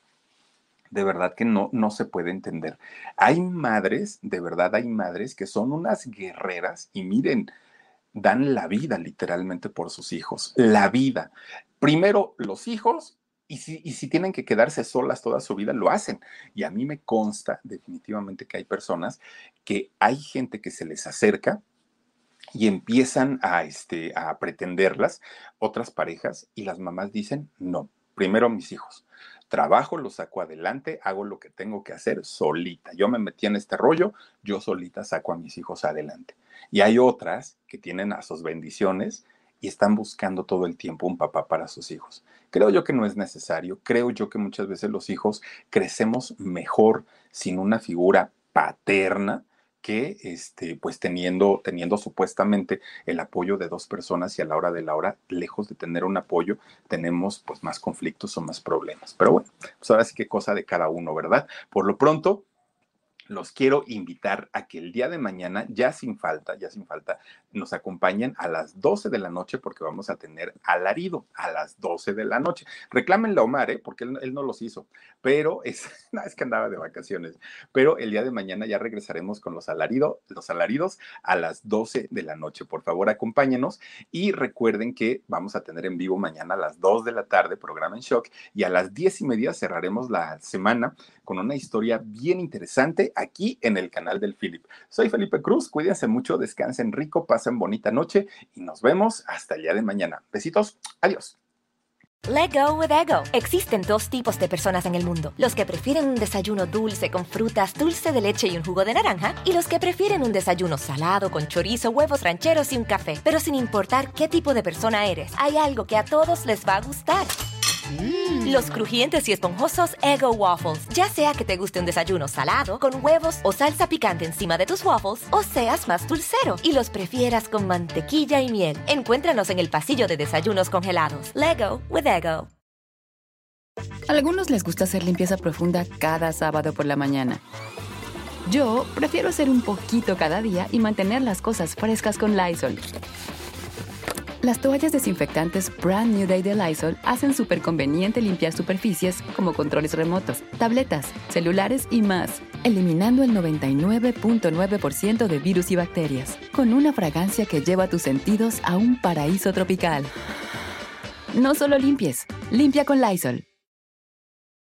C: de verdad que no, no se puede entender. Hay madres, de verdad hay madres que son unas guerreras y miren, dan la vida literalmente por sus hijos. La vida. Primero los hijos y si, y si tienen que quedarse solas toda su vida, lo hacen. Y a mí me consta definitivamente que hay personas que hay gente que se les acerca y empiezan a, este, a pretenderlas, otras parejas, y las mamás dicen, no, primero mis hijos. Trabajo, los saco adelante, hago lo que tengo que hacer solita. Yo me metí en este rollo, yo solita saco a mis hijos adelante. Y hay otras que tienen a sus bendiciones y están buscando todo el tiempo un papá para sus hijos. Creo yo que no es necesario. Creo yo que muchas veces los hijos crecemos mejor sin una figura paterna que este, pues teniendo, teniendo supuestamente el apoyo de dos personas y a la hora de la hora, lejos de tener un apoyo, tenemos pues más conflictos o más problemas. Pero bueno, pues ahora sí que cosa de cada uno, ¿verdad? Por lo pronto, los quiero invitar a que el día de mañana, ya sin falta, ya sin falta, nos acompañen a las doce de la noche porque vamos a tener alarido a las doce de la noche. Reclámenle a Omar, ¿eh? Porque él, él no los hizo, pero es, no, es que andaba de vacaciones. Pero el día de mañana ya regresaremos con los, alarido, los alaridos a las doce de la noche. Por favor, acompáñenos y recuerden que vamos a tener en vivo mañana a las dos de la tarde, programa en shock, y a las diez y media cerraremos la semana con una historia bien interesante aquí en el canal del Philip. Soy Felipe Cruz, cuídense mucho, descansen rico, pasen bonita noche y nos vemos hasta el día de mañana. Besitos, adiós.
A: Let go with ego. Existen dos tipos de personas en el mundo. Los que prefieren un desayuno dulce con frutas, dulce de leche y un jugo de naranja. Y los que prefieren un desayuno salado con chorizo, huevos rancheros y un café. Pero sin importar qué tipo de persona eres, hay algo que a todos les va a gustar. Mm. Los crujientes y esponjosos Eggo Waffles. Ya sea que te guste un desayuno salado, con huevos o salsa picante encima de tus waffles, o seas más dulcero y los prefieras con mantequilla y miel. Encuéntranos en el pasillo de desayunos congelados. Leggo with Eggo.
B: A algunos les gusta hacer limpieza profunda cada sábado por la mañana. Yo prefiero hacer un poquito cada día y mantener las cosas frescas con Lysol. Las toallas desinfectantes Brand New Day de Lysol hacen súper conveniente limpiar superficies como controles remotos, tabletas, celulares y más, eliminando el noventa y nueve punto nueve por ciento de virus y bacterias, con una fragancia que lleva tus sentidos a un paraíso tropical. No solo limpies, limpia con Lysol.